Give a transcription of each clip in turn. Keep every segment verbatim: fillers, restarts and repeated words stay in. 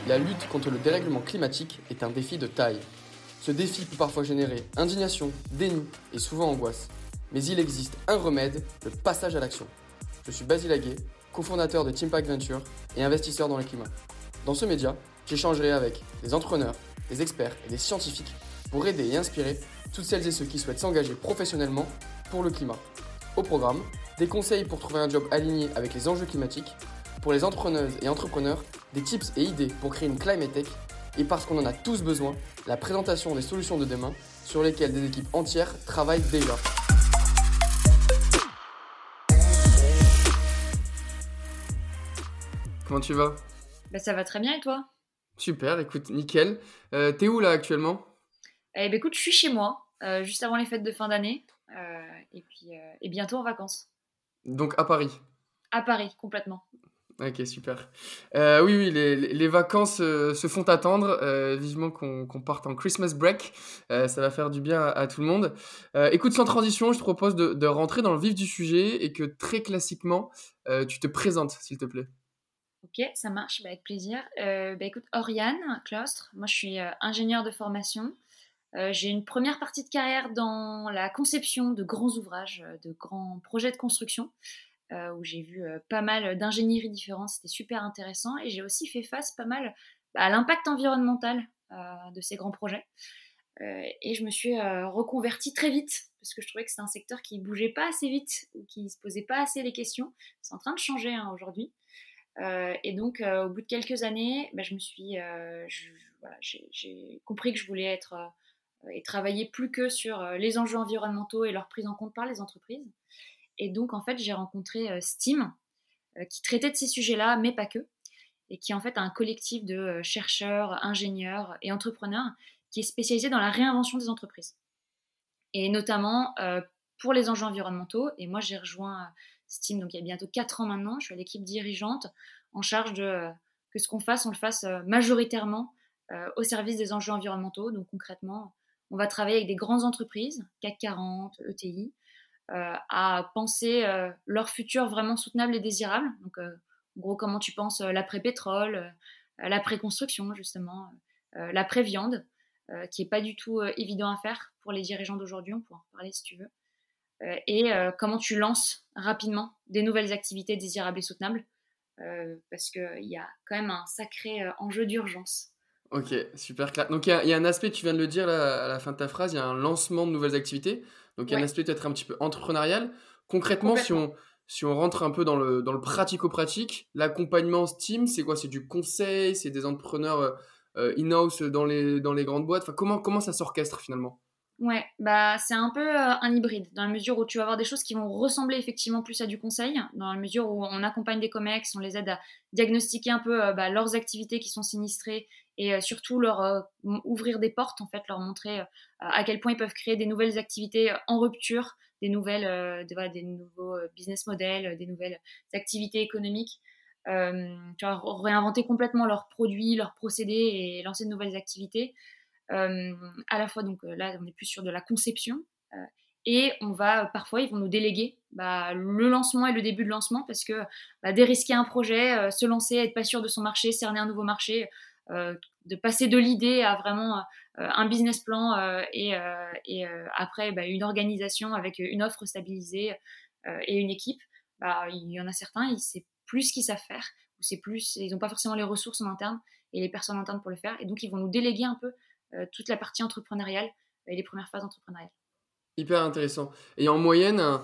La lutte contre le dérèglement climatique est un défi de taille. Ce défi peut parfois générer indignation, déni et souvent angoisse. Mais il existe un remède, le passage à l'action. Je suis Basile Aguet, cofondateur de Teampact Venture et investisseur dans le climat. Dans ce média, j'échangerai avec des entrepreneurs, des experts et des scientifiques pour aider et inspirer toutes celles et ceux qui souhaitent s'engager professionnellement pour le climat. Au programme, des conseils pour trouver un job aligné avec les enjeux climatiques, pour les entrepreneuses et entrepreneurs, des tips et idées pour créer une climate tech, et parce qu'on en a tous besoin, la présentation des solutions de demain sur lesquelles des équipes entières travaillent déjà. Comment tu vas ? Bah, ça va très bien et toi ? Super, écoute, nickel. Euh, t'es où là actuellement ? Eh ben, écoute, je suis chez moi, euh, juste avant les fêtes de fin d'année, euh, et puis euh, et bientôt en vacances. Donc à Paris. À Paris, complètement. Ok, super. Euh, oui, oui, les, les vacances euh, se font attendre. Euh, vivement qu'on, qu'on parte en Christmas break. Euh, ça va faire du bien à, à tout le monde. Euh, écoute, sans transition, je te propose de, de rentrer dans le vif du sujet et que très classiquement, euh, tu te présentes, s'il te plaît. Ok, ça marche, bah, avec plaisir. Euh, bah, écoute, Oriane Claustre, moi je suis euh, ingénieure de formation. Euh, j'ai une première partie de carrière dans la conception de grands ouvrages, euh, de grands projets de construction, euh, où j'ai vu euh, pas mal d'ingénieries différentes, c'était super intéressant. Et j'ai aussi fait face pas mal bah, à l'impact environnemental euh, de ces grands projets. Euh, et je me suis euh, reconvertie très vite, parce que je trouvais que c'était un secteur qui bougeait pas assez vite, ou qui se posait pas assez les questions. C'est en train de changer hein, aujourd'hui. Euh, et donc, euh, au bout de quelques années, bah, je me suis, euh, je, voilà, j'ai, j'ai compris que je voulais être euh, et travailler plus que sur euh, les enjeux environnementaux et leur prise en compte par les entreprises. Et donc, en fait, j'ai rencontré euh, Steam, euh, qui traitait de ces sujets-là, mais pas que, et qui est en fait un collectif de euh, chercheurs, ingénieurs et entrepreneurs qui est spécialisé dans la réinvention des entreprises. Et notamment euh, pour les enjeux environnementaux. Et moi, j'ai rejoint Steam, donc il y a bientôt quatre ans maintenant. Je suis à l'équipe dirigeante en charge de euh, que ce qu'on fasse, on le fasse euh, majoritairement euh, au service des enjeux environnementaux. Donc concrètement, on va travailler avec des grandes entreprises, C A C quarante, E T I, euh, à penser euh, leur futur vraiment soutenable et désirable. Donc, euh, en gros, comment tu penses euh, l'après-pétrole, euh, l'après-construction, justement, euh, l'après-viande, euh, qui n'est pas du tout euh, évident à faire pour les dirigeants d'aujourd'hui, on pourra en parler si tu veux. Euh, et euh, comment tu lances rapidement des nouvelles activités désirables et soutenables, euh, parce qu'il y a quand même un sacré euh, enjeu d'urgence. Ok, super clair. Donc il y a, il y a un aspect, tu viens de le dire là, à la fin de ta phrase, il y a un lancement de nouvelles activités. Donc il y a un Ouais, aspect peut-être un petit peu entrepreneurial. Concrètement, si complètement. on, si on rentre un peu dans le, dans le pratico-pratique, l'accompagnement Steam, c'est quoi ? C'est du conseil, c'est des entrepreneurs euh, euh, in-house dans les, dans les grandes boîtes. Enfin, comment, comment ça s'orchestre finalement ? Ouais, bah c'est un peu euh, un hybride, dans la mesure où tu vas avoir des choses qui vont ressembler effectivement plus à du conseil, dans la mesure où on accompagne des comex, on les aide à diagnostiquer un peu euh, bah, leurs activités qui sont sinistrées et euh, surtout leur euh, m- ouvrir des portes, en fait, leur montrer euh, à quel point ils peuvent créer des nouvelles activités euh, en rupture, des nouvelles, euh, des, voilà, des nouveaux euh, business models, euh, des nouvelles activités économiques. Euh, tu vois, réinventer complètement leurs produits, leurs procédés et lancer de nouvelles activités. Euh, à la fois, donc euh, là, on est plus sur de la conception. Euh, et on va, euh, parfois, ils vont nous déléguer bah, le lancement et le début de lancement parce que bah, dérisquer un projet, euh, se lancer, être pas sûr de son marché, cerner un nouveau marché, euh, de passer de l'idée à vraiment euh, un business plan euh, et, euh, et euh, après bah, une organisation avec une offre stabilisée euh, et une équipe, bah, il y en a certains, ils savent plus ce qu'ils savent faire, ou c'est plus, ils n'ont pas forcément les ressources en interne et les personnes internes pour le faire, et donc ils vont nous déléguer un peu euh, toute la partie entrepreneuriale et les premières phases entrepreneuriales. Hyper intéressant. Et en moyenne, un,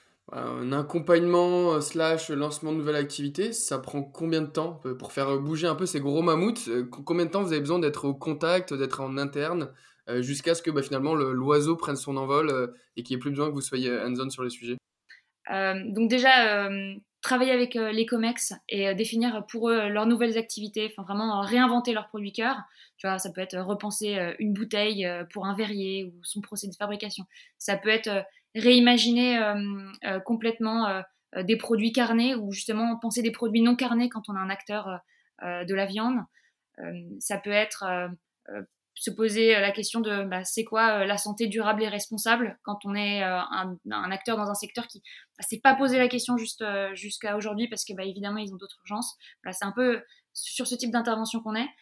un accompagnement euh, slash lancement de nouvelles activités, ça prend combien de temps euh, pour faire bouger un peu ces gros mammouths? euh, co- Combien de temps vous avez besoin d'être au contact, d'être en interne, euh, jusqu'à ce que bah, finalement le- l'oiseau prenne son envol euh, et qu'il n'y ait plus besoin que vous soyez hands-on sur les sujets? Euh, donc déjà, euh, travailler avec euh, les comex et euh, définir pour eux euh, leurs nouvelles activités, enfin vraiment euh, réinventer leur produit cœur. Tu vois, ça peut être euh, repenser euh, une bouteille euh, pour un verrier ou son procédé de fabrication. Ça peut être euh, réimaginer euh, euh, complètement euh, euh, des produits carnés ou justement penser des produits non carnés quand on a un acteur euh, euh, de la viande. Euh, ça peut être euh, euh, se poser la question de bah, c'est quoi euh, la santé durable et responsable quand on est euh, un, un acteur dans un secteur qui bah, s'est pas posé la question juste euh, jusqu'à aujourd'hui parce que bah, évidemment ils ont d'autres urgences. Voilà, c'est un peu sur ce type d'intervention qu'on est.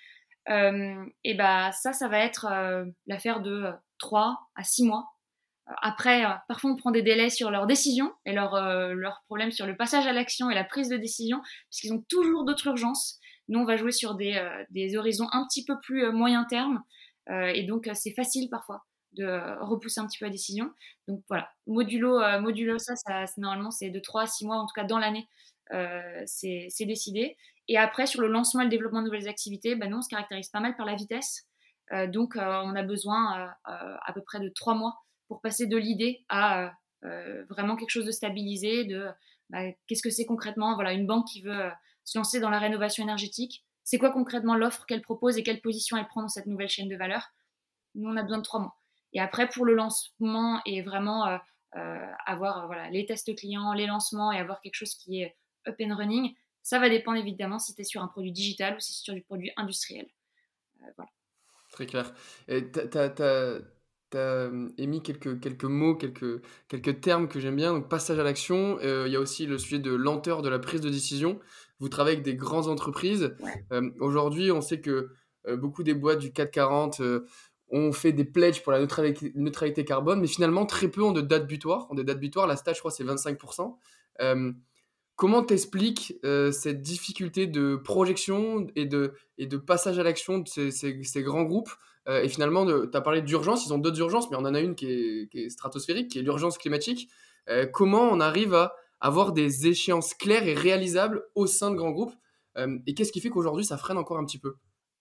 Euh, et bah ça, ça va être euh, l'affaire de euh, trois à six mois. Euh, Après, euh, parfois on prend des délais sur leurs décisions et leurs euh, leurs problèmes sur le passage à l'action et la prise de décision, puisqu'ils ont toujours d'autres urgences. Nous, on va jouer sur des, euh, des horizons un petit peu plus euh, moyen terme, euh, et donc euh, c'est facile parfois de euh, repousser un petit peu la décision. Donc voilà, modulo, euh, modulo ça, ça c'est- normalement c'est de trois à six mois, en tout cas dans l'année, euh, c'est c'est décidé. Et après, sur le lancement et le développement de nouvelles activités, bah, nous, on se caractérise pas mal par la vitesse. Euh, donc, euh, on a besoin euh, euh, à peu près de trois mois pour passer de l'idée à euh, euh, vraiment quelque chose de stabilisé, de bah, qu'est-ce que c'est concrètement, voilà, une banque qui veut euh, se lancer dans la rénovation énergétique, c'est quoi concrètement l'offre qu'elle propose et quelle position elle prend dans cette nouvelle chaîne de valeur. Nous, on a besoin de trois mois. Et après, pour le lancement et vraiment euh, euh, avoir euh, voilà, les tests clients, les lancements et avoir quelque chose qui est up and running, ça va dépendre évidemment si tu es sur un produit digital ou si c'est sur du produit industriel. Euh, voilà. Très clair. Et t'as, t'as, t'as- t'as, euh, émis quelques, quelques mots, quelques, quelques termes que j'aime bien. Donc, passage à l'action. Euh, Il y a aussi le sujet de lenteur de la prise de décision. Vous travaillez avec des grandes entreprises. Ouais. Euh, aujourd'hui, on sait que euh, beaucoup des boîtes du CAC quarante euh, ont fait des pledges pour la neutralité, neutralité carbone, mais finalement, très peu ont de date butoir. Ont des dates butoirs. La stage, je crois, c'est vingt-cinq pour cent. Euh, Comment t'expliques euh, cette difficulté de projection et de, et de passage à l'action de ces, ces- ces grands groupes? Euh, et finalement, tu as parlé d'urgence, ils ont d'autres urgences, mais on en a une qui est, qui est stratosphérique, qui est l'urgence climatique. Euh, comment on arrive à avoir des échéances claires et réalisables au sein de grands groupes? Euh, et qu'est-ce qui fait qu'aujourd'hui, ça freine encore un petit peu?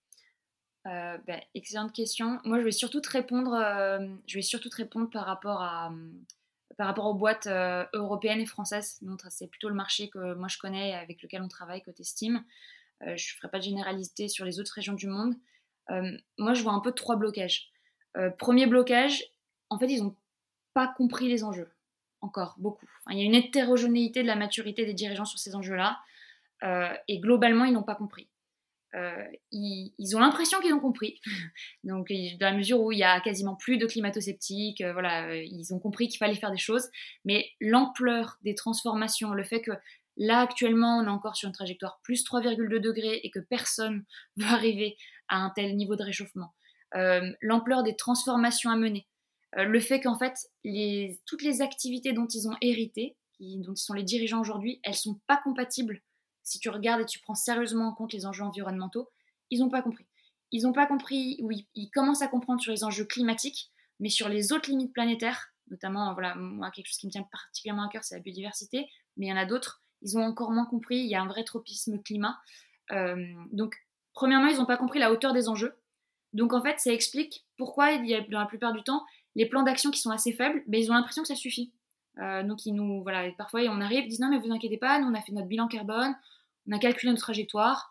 Euh, ben, excellente question. Moi, je vais surtout te répondre, euh, je vais surtout te répondre par rapport à, euh, par rapport aux boîtes euh, européennes et françaises. Donc, c'est plutôt le marché que moi je connais et avec lequel on travaille côté Steam. Euh, je ne ferai pas de généralité sur les autres régions du monde. Euh, moi, je vois un peu trois blocages. Euh, premier blocage, en fait, ils n'ont pas compris les enjeux. Encore, beaucoup. Enfin, il y a une hétérogénéité de la maturité des dirigeants sur ces enjeux-là. Euh, et globalement, ils n'ont pas compris. Euh, ils, ils, ont l'impression qu'ils ont compris. Donc, dans la mesure où il y a quasiment plus de climato-sceptiques, euh, voilà, euh, ils ont compris qu'il fallait faire des choses. Mais l'ampleur des transformations, le fait que là, actuellement, on est encore sur une trajectoire plus trois virgule deux degrés et que personne ne veut arriver à un tel niveau de réchauffement, euh, l'ampleur des transformations à mener, euh, le fait qu'en fait, les, toutes les activités dont ils ont hérité, qui, dont ils sont les dirigeants aujourd'hui, elles ne sont pas compatibles. Si tu regardes et tu prends sérieusement en compte les enjeux environnementaux, ils n'ont pas compris. Ils n'ont pas compris, oui, ils commencent à comprendre sur les enjeux climatiques, mais sur les autres limites planétaires, notamment, voilà, moi, quelque chose qui me tient particulièrement à cœur, c'est la biodiversité, mais il y en a d'autres, ils ont encore moins compris, il y a un vrai tropisme climat. Euh, donc, premièrement, ils n'ont pas compris la hauteur des enjeux. Donc, en fait, ça explique pourquoi, il y a, dans la plupart du temps, les plans d'action qui sont assez faibles, ben, ils ont l'impression que ça suffit. Euh, donc, ils nous, voilà, parfois, on arrive, ils disent non, mais vous inquiétez pas, nous, on a fait notre bilan carbone, on a calculé notre trajectoire,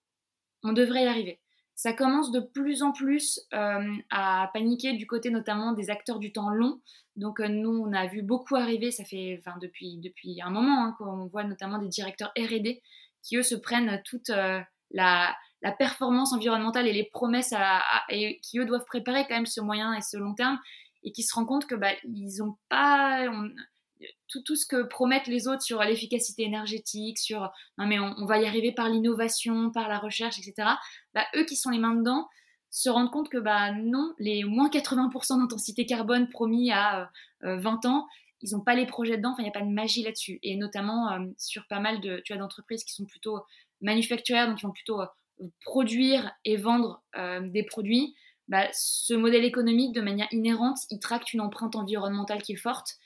on devrait y arriver. Ça commence de plus en plus euh, à paniquer du côté notamment des acteurs du temps long. Donc euh, nous, on a vu beaucoup arriver, ça fait enfin, depuis, depuis un moment, hein, qu'on voit notamment des directeurs R et D qui, eux, se prennent toute euh, la, la performance environnementale et les promesses à, à, et qui, eux, doivent préparer quand même ce moyen et ce long terme et qui se rendent compte que bah, ils ont pas... On, tout, tout ce que promettent les autres sur l'efficacité énergétique, sur non mais on, on va y arriver par l'innovation, par la recherche, et cetera. Bah, eux qui sont les mains dedans se rendent compte que bah non, les moins quatre-vingts pour cent d'intensité carbone promis à euh, vingt ans, ils n'ont pas les projets dedans, enfin il n'y a pas de magie là-dessus. Et notamment euh, sur pas mal de, tu vois, d'entreprises qui sont plutôt manufacturières, donc qui vont plutôt euh, produire et vendre euh, des produits. Bah, ce modèle économique, de manière inhérente, il tracte une empreinte environnementale qui est forte.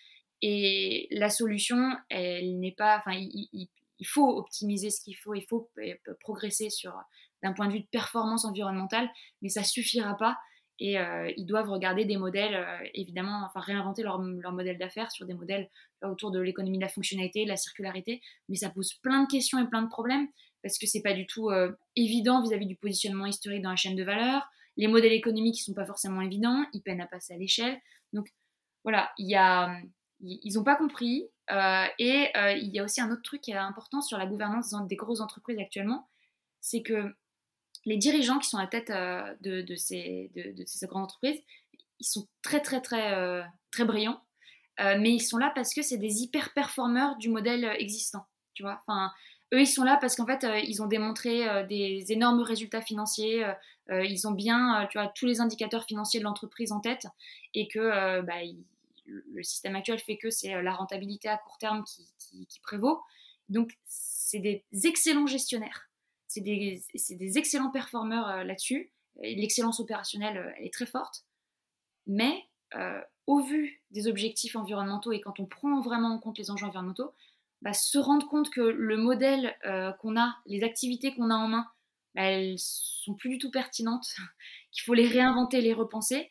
Et la solution, elle n'est pas. Enfin, il, il, il faut optimiser ce qu'il faut, il faut progresser sur d'un point de vue de performance environnementale, mais ça suffira pas. Et euh, ils doivent regarder des modèles, euh, évidemment, enfin réinventer leur, leur modèle d'affaires sur des modèles là, autour de l'économie de la fonctionnalité, de la circularité. Mais ça pose plein de questions et plein de problèmes parce que c'est pas du tout euh, évident vis-à-vis du positionnement historique dans la chaîne de valeur. Les modèles économiques, ils sont pas forcément évidents, ils peinent à passer à l'échelle. Donc voilà, il y a ils n'ont pas compris. Euh, et euh, il y a aussi un autre truc qui est important sur la gouvernance des grosses entreprises actuellement, c'est que les dirigeants qui sont à la tête euh, de, de, ces, de, de, ces grandes entreprises, ils sont très très très euh, très brillants, euh, mais ils sont là parce que c'est des hyper performeurs du modèle existant. Tu vois, enfin, eux, ils sont là parce qu'en fait, euh, ils ont démontré euh, des énormes résultats financiers. Euh, euh, ils ont bien, euh, tu vois, tous les indicateurs financiers de l'entreprise en tête et que euh, bah, ils- le système actuel fait que c'est euh, la rentabilité à court terme qui, qui- qui prévaut. Donc, c'est des excellents gestionnaires. C'est des, c'est des excellents performeurs euh, là-dessus. Et l'excellence opérationnelle, euh, elle est très forte. Mais euh, au vu des objectifs environnementaux et quand on prend vraiment en compte les enjeux environnementaux, bah, se rendre compte que le modèle euh, qu'on a, les activités qu'on a en main, bah, elles sont plus du tout pertinentes, qu'il faut les réinventer, les repenser.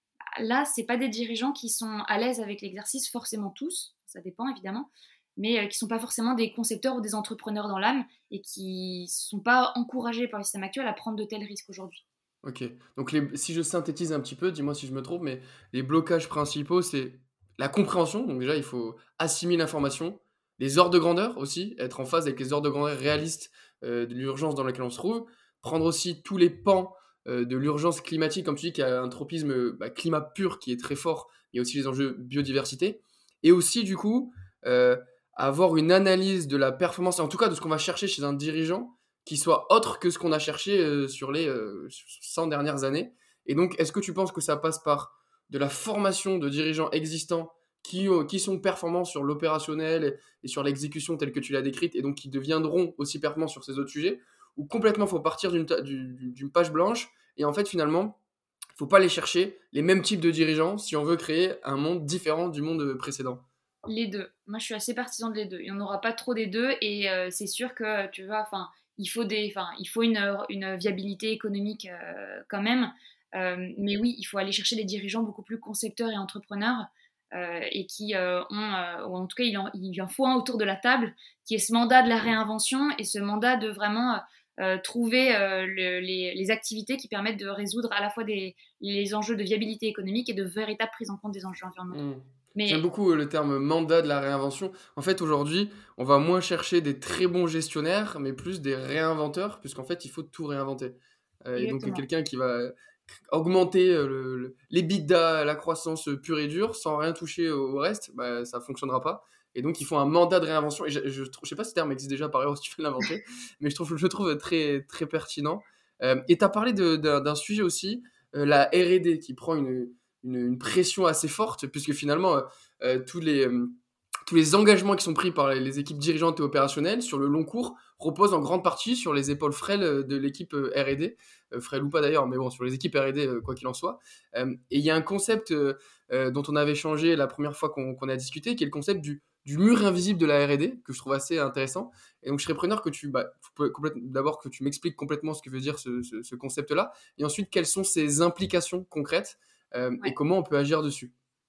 Là, c'est pas des dirigeants qui sont à l'aise avec l'exercice, forcément tous, ça dépend évidemment, mais euh, qui sont pas forcément des concepteurs ou des entrepreneurs dans l'âme et qui sont pas encouragés par le système actuel à prendre de tels risques aujourd'hui. Ok. Donc les, si je synthétise un petit peu, dis-moi si je me trompe, mais les blocages principaux, c'est la compréhension. Donc déjà, il faut assimiler l'information, les ordres de grandeur aussi, être en phase avec les ordres de grandeur réalistes euh, de l'urgence dans laquelle on se trouve, prendre aussi tous les pans euh, de l'urgence climatique, comme tu dis, qu'il y a un tropisme euh, bah, climat pur qui est très fort. Il y a aussi les enjeux biodiversité, et aussi du coup euh, avoir une analyse de la performance, en tout cas de ce qu'on va chercher chez un dirigeant qui soit autre que ce qu'on a cherché euh, sur les euh, cent dernières années. Et donc, est-ce que tu penses que ça passe par de la formation de dirigeants existants qui, euh, qui sont performants sur l'opérationnel et, et sur l'exécution telle que tu l'as décrite, et donc qui deviendront aussi performants sur ces autres sujets, ou complètement, il faut partir d'une, ta- d'une d'une page blanche, et en fait, finalement, il ne faut pas aller chercher les mêmes types de dirigeants si on veut créer un monde différent du monde précédent. Les deux. Moi, je suis assez partisan de les deux. Il n'y en aura pas trop des deux et euh, c'est sûr que tu vois, enfin, il faut des, enfin, il faut une, une viabilité économique euh, quand même. Euh, mais oui, il faut aller chercher des dirigeants beaucoup plus concepteurs et entrepreneurs euh, et qui euh, ont, euh, ou en tout cas, il en, il en faut un autour de la table qui est ce mandat de la réinvention et ce mandat de vraiment euh, trouver euh, le- les, les activités qui permettent de résoudre à la fois des, les enjeux de viabilité économique et de véritable prise en compte des enjeux environnementaux. Hmm. J'aime Mais beaucoup euh, le terme mandat de la réinvention. En fait, aujourd'hui, on va moins chercher des très bons gestionnaires, mais plus des réinventeurs, puisqu'en fait, il faut tout réinventer. Euh, et donc, exactement. quelqu'un qui va augmenter euh, le, le- l'EBITDA, la croissance euh, pure et dure, sans rien toucher au, au reste, bah, ça fonctionnera pas. Et donc, il faut un mandat de réinvention. Et je, je, trouve- je sais pas si ce terme existe déjà par ailleurs, si tu fais l'inventer, mais je trouve, je le trouve très, très pertinent. Euh, et tu as parlé de- d'un d'un sujet aussi, euh, la R et D, qui prend une, une, une pression assez forte, puisque finalement, euh, euh, tous les, euh, tous les engagements qui sont pris par les, les équipes dirigeantes et opérationnelles sur le long cours reposent en grande partie sur les épaules frêles euh, de l'équipe euh, R et D, euh, frêle ou pas d'ailleurs, mais bon, sur les équipes R et D, euh, quoi qu'il en soit. Euh, et il y a un concept euh, euh, dont on avait échangé la première fois qu'on qu'on a discuté, qui est le concept du, du mur invisible de la R et D, que je trouve assez intéressant. Et donc, je serais preneur que tu, bah, d'abord que tu m'expliques complètement ce que veut dire ce, ce, ce concept-là, et ensuite quelles sont ses implications concrètes euh, et Ouais. comment on peut agir dessus.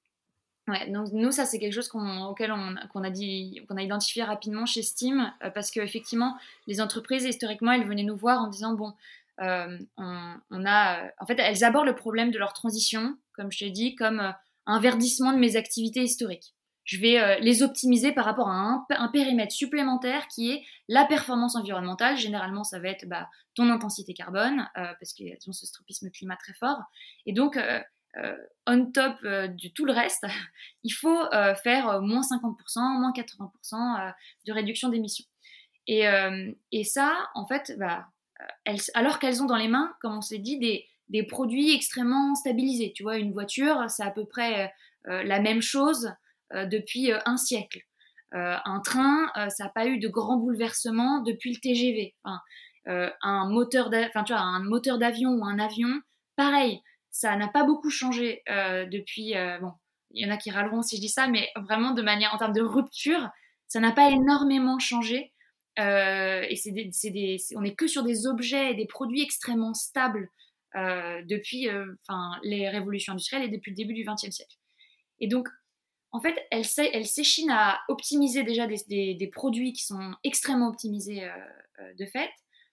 Ouais, donc nous, ça, c'est quelque chose qu'on, auquel on, qu'on a dit, qu'on a identifié rapidement chez Steam, euh, parce qu'effectivement, les entreprises, historiquement, elles venaient nous voir en disant, bon, euh, on, on a... euh, En fait, elles abordent le problème de leur transition, comme je t'ai dit, comme euh, un verdissement de mes activités historiques. Je vais euh, les optimiser par rapport à un, un périmètre supplémentaire qui est la performance environnementale. Généralement, ça va être bah, ton intensité carbone, euh, parce qu'elles ont ce tropisme climat très fort. Et donc, euh, euh, on top euh, de tout le reste, il faut euh, faire euh, moins cinquante pour cent, moins quatre-vingts pour cent euh, de réduction d'émissions. Et, euh, et ça, en fait, bah, elles, alors qu'elles ont dans les mains, comme on s'est dit, des, des produits extrêmement stabilisés. Tu vois, une voiture, c'est à peu près euh, la même chose euh, depuis euh, un siècle. Euh, un train, euh, ça n'a pas eu de grands bouleversements depuis le T G V. Enfin, euh, un moteur, enfin, tu vois, un moteur d'avion ou un avion, pareil, ça n'a pas beaucoup changé euh, depuis. Euh, bon, il y en a qui râleront si je dis ça, mais vraiment de manière en termes de rupture, ça n'a pas énormément changé. Euh, et c'est des, c'est des, c'est, on n'est que sur des objets et des produits extrêmement stables euh, depuis euh, les révolutions industrielles et depuis le début du vingtième siècle. Et donc, en fait, elle, elle s'échine à optimiser déjà des, des, des, produits qui sont extrêmement optimisés euh, euh, de fait.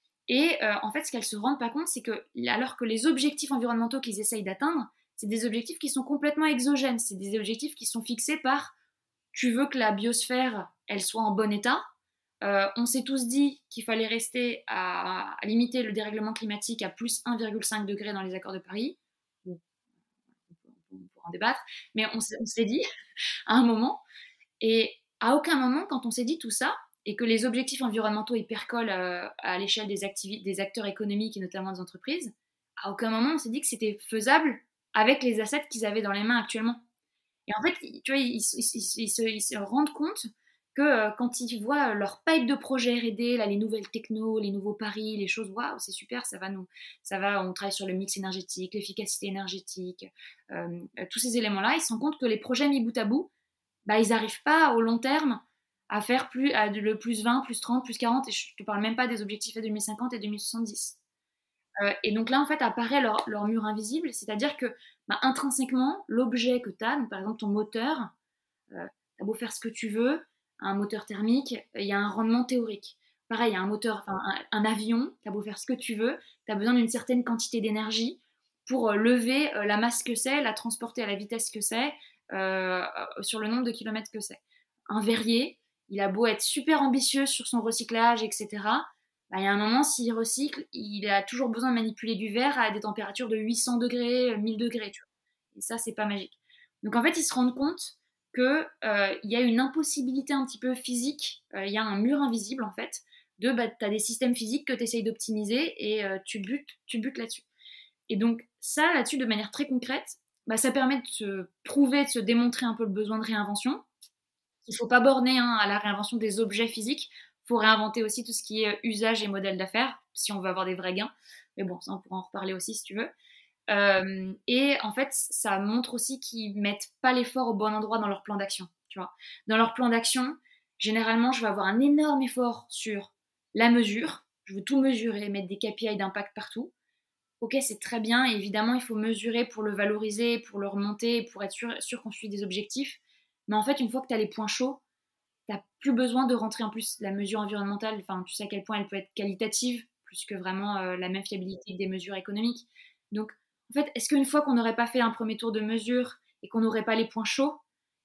Et euh, en fait, ce qu'elles ne se rendent pas compte, c'est que alors que les objectifs environnementaux qu'ils essayent d'atteindre, c'est des objectifs qui sont complètement exogènes. C'est des objectifs qui sont fixés par tu veux que la biosphère, elle soit en bon état. Euh, on s'est tous dit qu'il fallait rester à, à, limiter le dérèglement climatique à plus un virgule cinq degré dans les accords de Paris. Bon, on pourra en débattre, mais on s'est, on s'est dit à un moment. Et à aucun moment, quand on s'est dit tout ça, et que les objectifs environnementaux ils percolent euh, à l'échelle des, activi- des acteurs économiques et notamment des entreprises, à aucun moment on s'est dit que c'était faisable avec les assets qu'ils avaient dans les mains actuellement. Et en fait, tu vois, ils, ils- ils- ils se, ils se rendent compte que euh, quand ils voient leur pipe de projets R et D, là, les nouvelles technos, les nouveaux paris, les choses, waouh, c'est super, ça va nous, ça va, on travaille sur le mix énergétique, l'efficacité énergétique, euh, euh, tous ces éléments-là, ils se rendent compte que les projets mis bout à bout, bah, ils n'arrivent pas au long terme à faire plus, à le plus vingt, plus trente, plus quarante, et je ne te parle même pas des objectifs à deux mille cinquante et deux mille soixante-dix. Euh, et donc là, en fait, apparaît leur, leur mur invisible, c'est-à-dire que bah, intrinsèquement, l'objet que tu as, donc par exemple ton moteur, euh, tu as beau faire ce que tu veux, un moteur thermique, il y a un rendement théorique. Pareil, il y a un moteur, enfin, un, un avion, tu as beau faire ce que tu veux, tu as besoin d'une certaine quantité d'énergie pour euh, lever euh, la masse que c'est, la transporter à la vitesse que c'est, euh, sur le nombre de kilomètres que c'est. Un verrier, il a beau être super ambitieux sur son recyclage, et cetera. Bah, il y a un moment, s'il recycle, il a toujours besoin de manipuler du verre à des températures de huit cents degrés, mille degrés, tu vois. Et ça, c'est pas magique. Donc en fait, ils se rendent compte qu'il euh, y a une impossibilité un petit peu physique, il euh, y a un mur invisible en fait, de bah, tu as des systèmes physiques que tu essayes d'optimiser et euh, tu butes, tu butes là-dessus. Et donc ça, là-dessus, de manière très concrète, bah, ça permet de se prouver, de se démontrer un peu le besoin de réinvention. Il ne faut pas borner hein, à la réinvention des objets physiques, il faut réinventer aussi tout ce qui est usage et modèle d'affaires, si on veut avoir des vrais gains. Mais bon, ça on pourra en reparler aussi si tu veux. Euh, et en fait, ça montre aussi qu'ils mettent pas l'effort au bon endroit dans leur plan d'action. Tu vois, dans leur plan d'action, généralement, je vais avoir un énorme effort sur la mesure. Je veux tout mesurer, mettre des K P I d'impact partout. Ok, c'est très bien. Et évidemment, il faut mesurer pour le valoriser, pour le remonter, pour être sûr, sûr qu'on suit des objectifs. Mais en fait, une fois que tu as les points chauds, tu n'as plus besoin de rentrer en plus la mesure environnementale. Enfin, tu sais à quel point elle peut être qualitative, plus que vraiment euh, la même fiabilité que des mesures économiques. Donc, en fait, est-ce qu'une fois qu'on n'aurait pas fait un premier tour de mesure et qu'on n'aurait pas les points chauds,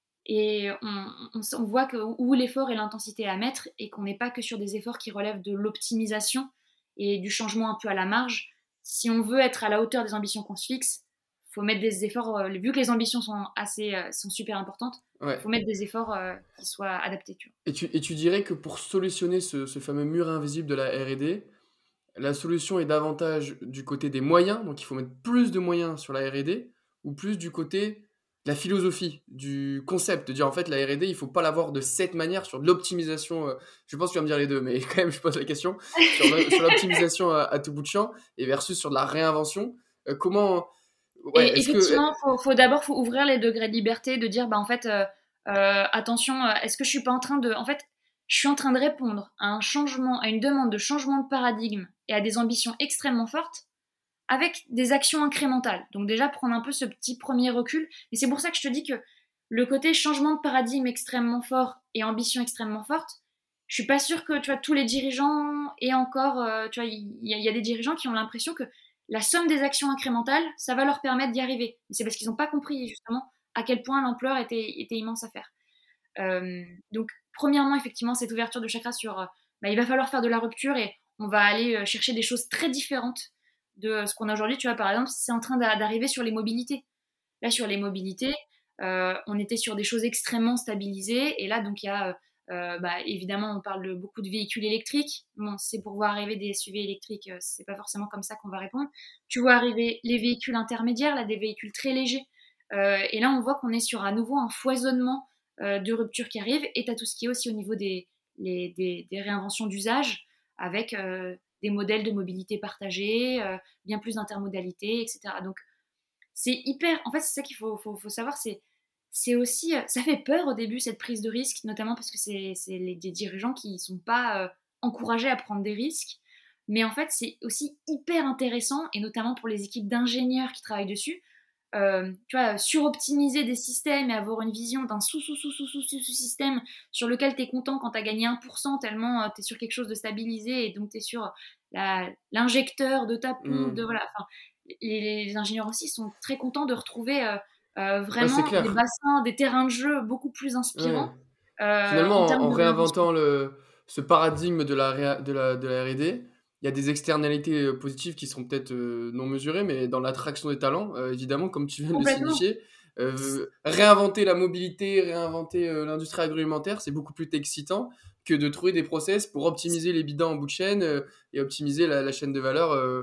et on, on, on voit que, où l'effort et l'intensité à mettre, et qu'on n'est pas que sur des efforts qui relèvent de l'optimisation et du changement un peu à la marge, si on veut être à la hauteur des ambitions qu'on se fixe, il faut mettre des efforts, euh, vu que les ambitions sont, assez, euh, sont super importantes, il Ouais. faut mettre des efforts euh, qui soient adaptés. Tu vois. Et, tu, et tu dirais que pour solutionner ce, ce fameux mur invisible de la R et D, la solution est davantage du côté des moyens, donc il faut mettre plus de moyens sur la R et D, ou plus du côté de la philosophie, du concept, de dire en fait la R et D, il ne faut pas l'avoir de cette manière, sur de l'optimisation, euh, je pense que tu vas me dire les deux, mais quand même je pose la question, sur, sur l'optimisation à, à tout bout de champ, et versus sur de la réinvention. Euh, comment... Ouais, Et est-ce que... effectivement, faut, faut d'abord faut ouvrir les degrés de liberté, de dire bah en fait euh, euh, attention, euh, est-ce que je suis pas en train de, en fait, je suis en train de répondre à un changement, à une demande de changement de paradigme et à des ambitions extrêmement fortes avec des actions incrémentales. Donc déjà prendre un peu ce petit premier recul. Et c'est pour ça que je te dis que le côté changement de paradigme extrêmement fort et ambition extrêmement forte, je suis pas sûre que tu vois tous les dirigeants et encore, euh, tu vois, il y, y, a des dirigeants qui ont l'impression que la somme des actions incrémentales, ça va leur permettre d'y arriver. Et c'est parce qu'ils n'ont pas compris justement à quel point l'ampleur était, était immense à faire. Euh, donc, premièrement, effectivement, cette ouverture de chakra sur, euh, bah, il va falloir faire de la rupture et on va aller euh, chercher des choses très différentes de euh, ce qu'on a aujourd'hui. Tu vois, par exemple, c'est en train d'arriver sur les mobilités. Là, sur les mobilités, euh, on était sur des choses extrêmement stabilisées et là, donc, il y a Euh, bah, évidemment, on parle de beaucoup de véhicules électriques. Bon, c'est pour voir arriver des S U V électriques, euh, c'est pas forcément comme ça qu'on va répondre. Tu vois arriver les véhicules intermédiaires, là, des véhicules très légers. Euh, et là, on voit qu'on est sur à nouveau un foisonnement euh, de ruptures qui arrivent. Et tu as tout ce qui est aussi au niveau des, les, des, des réinventions d'usage, avec euh, des modèles de mobilité partagée, euh, bien plus d'intermodalité, et cetera. Donc, c'est hyper. En fait, c'est ça qu'il faut, faut, faut savoir, c'est c'est aussi, ça fait peur au début cette prise de risque, notamment parce que c'est, c'est les, des dirigeants qui ne sont pas euh, encouragés à prendre des risques. Mais en fait, c'est aussi hyper intéressant, et notamment pour les équipes d'ingénieurs qui travaillent dessus, euh, tu vois, suroptimiser des systèmes et avoir une vision d'un sous-sous-sous-sous-sous-système sur lequel tu es content quand tu as gagné un pour cent, tellement euh, tu es sur quelque chose de stabilisé et donc tu es sur la, l'injecteur de ta pompe. Mmh. De, voilà. Enfin, les, les ingénieurs aussi sont très contents de retrouver... Euh, Euh, Ouais, c'est vraiment clair. des bassins, des terrains de jeu beaucoup plus Ouais. inspirants euh, Finalement, en en, termes en de réinvention. réinventant le, ce paradigme de la, réa- de la, de la R et D, il y a des externalités euh, positives qui sont peut-être euh, non mesurées, mais dans l'attraction des talents, euh, évidemment, comme tu viens de le Complètement. signifier, euh, réinventer la mobilité, réinventer euh, l'industrie agroalimentaire, c'est beaucoup plus excitant que de trouver des process pour optimiser les bidons en bout de chaîne euh, et optimiser la, la chaîne de valeur euh,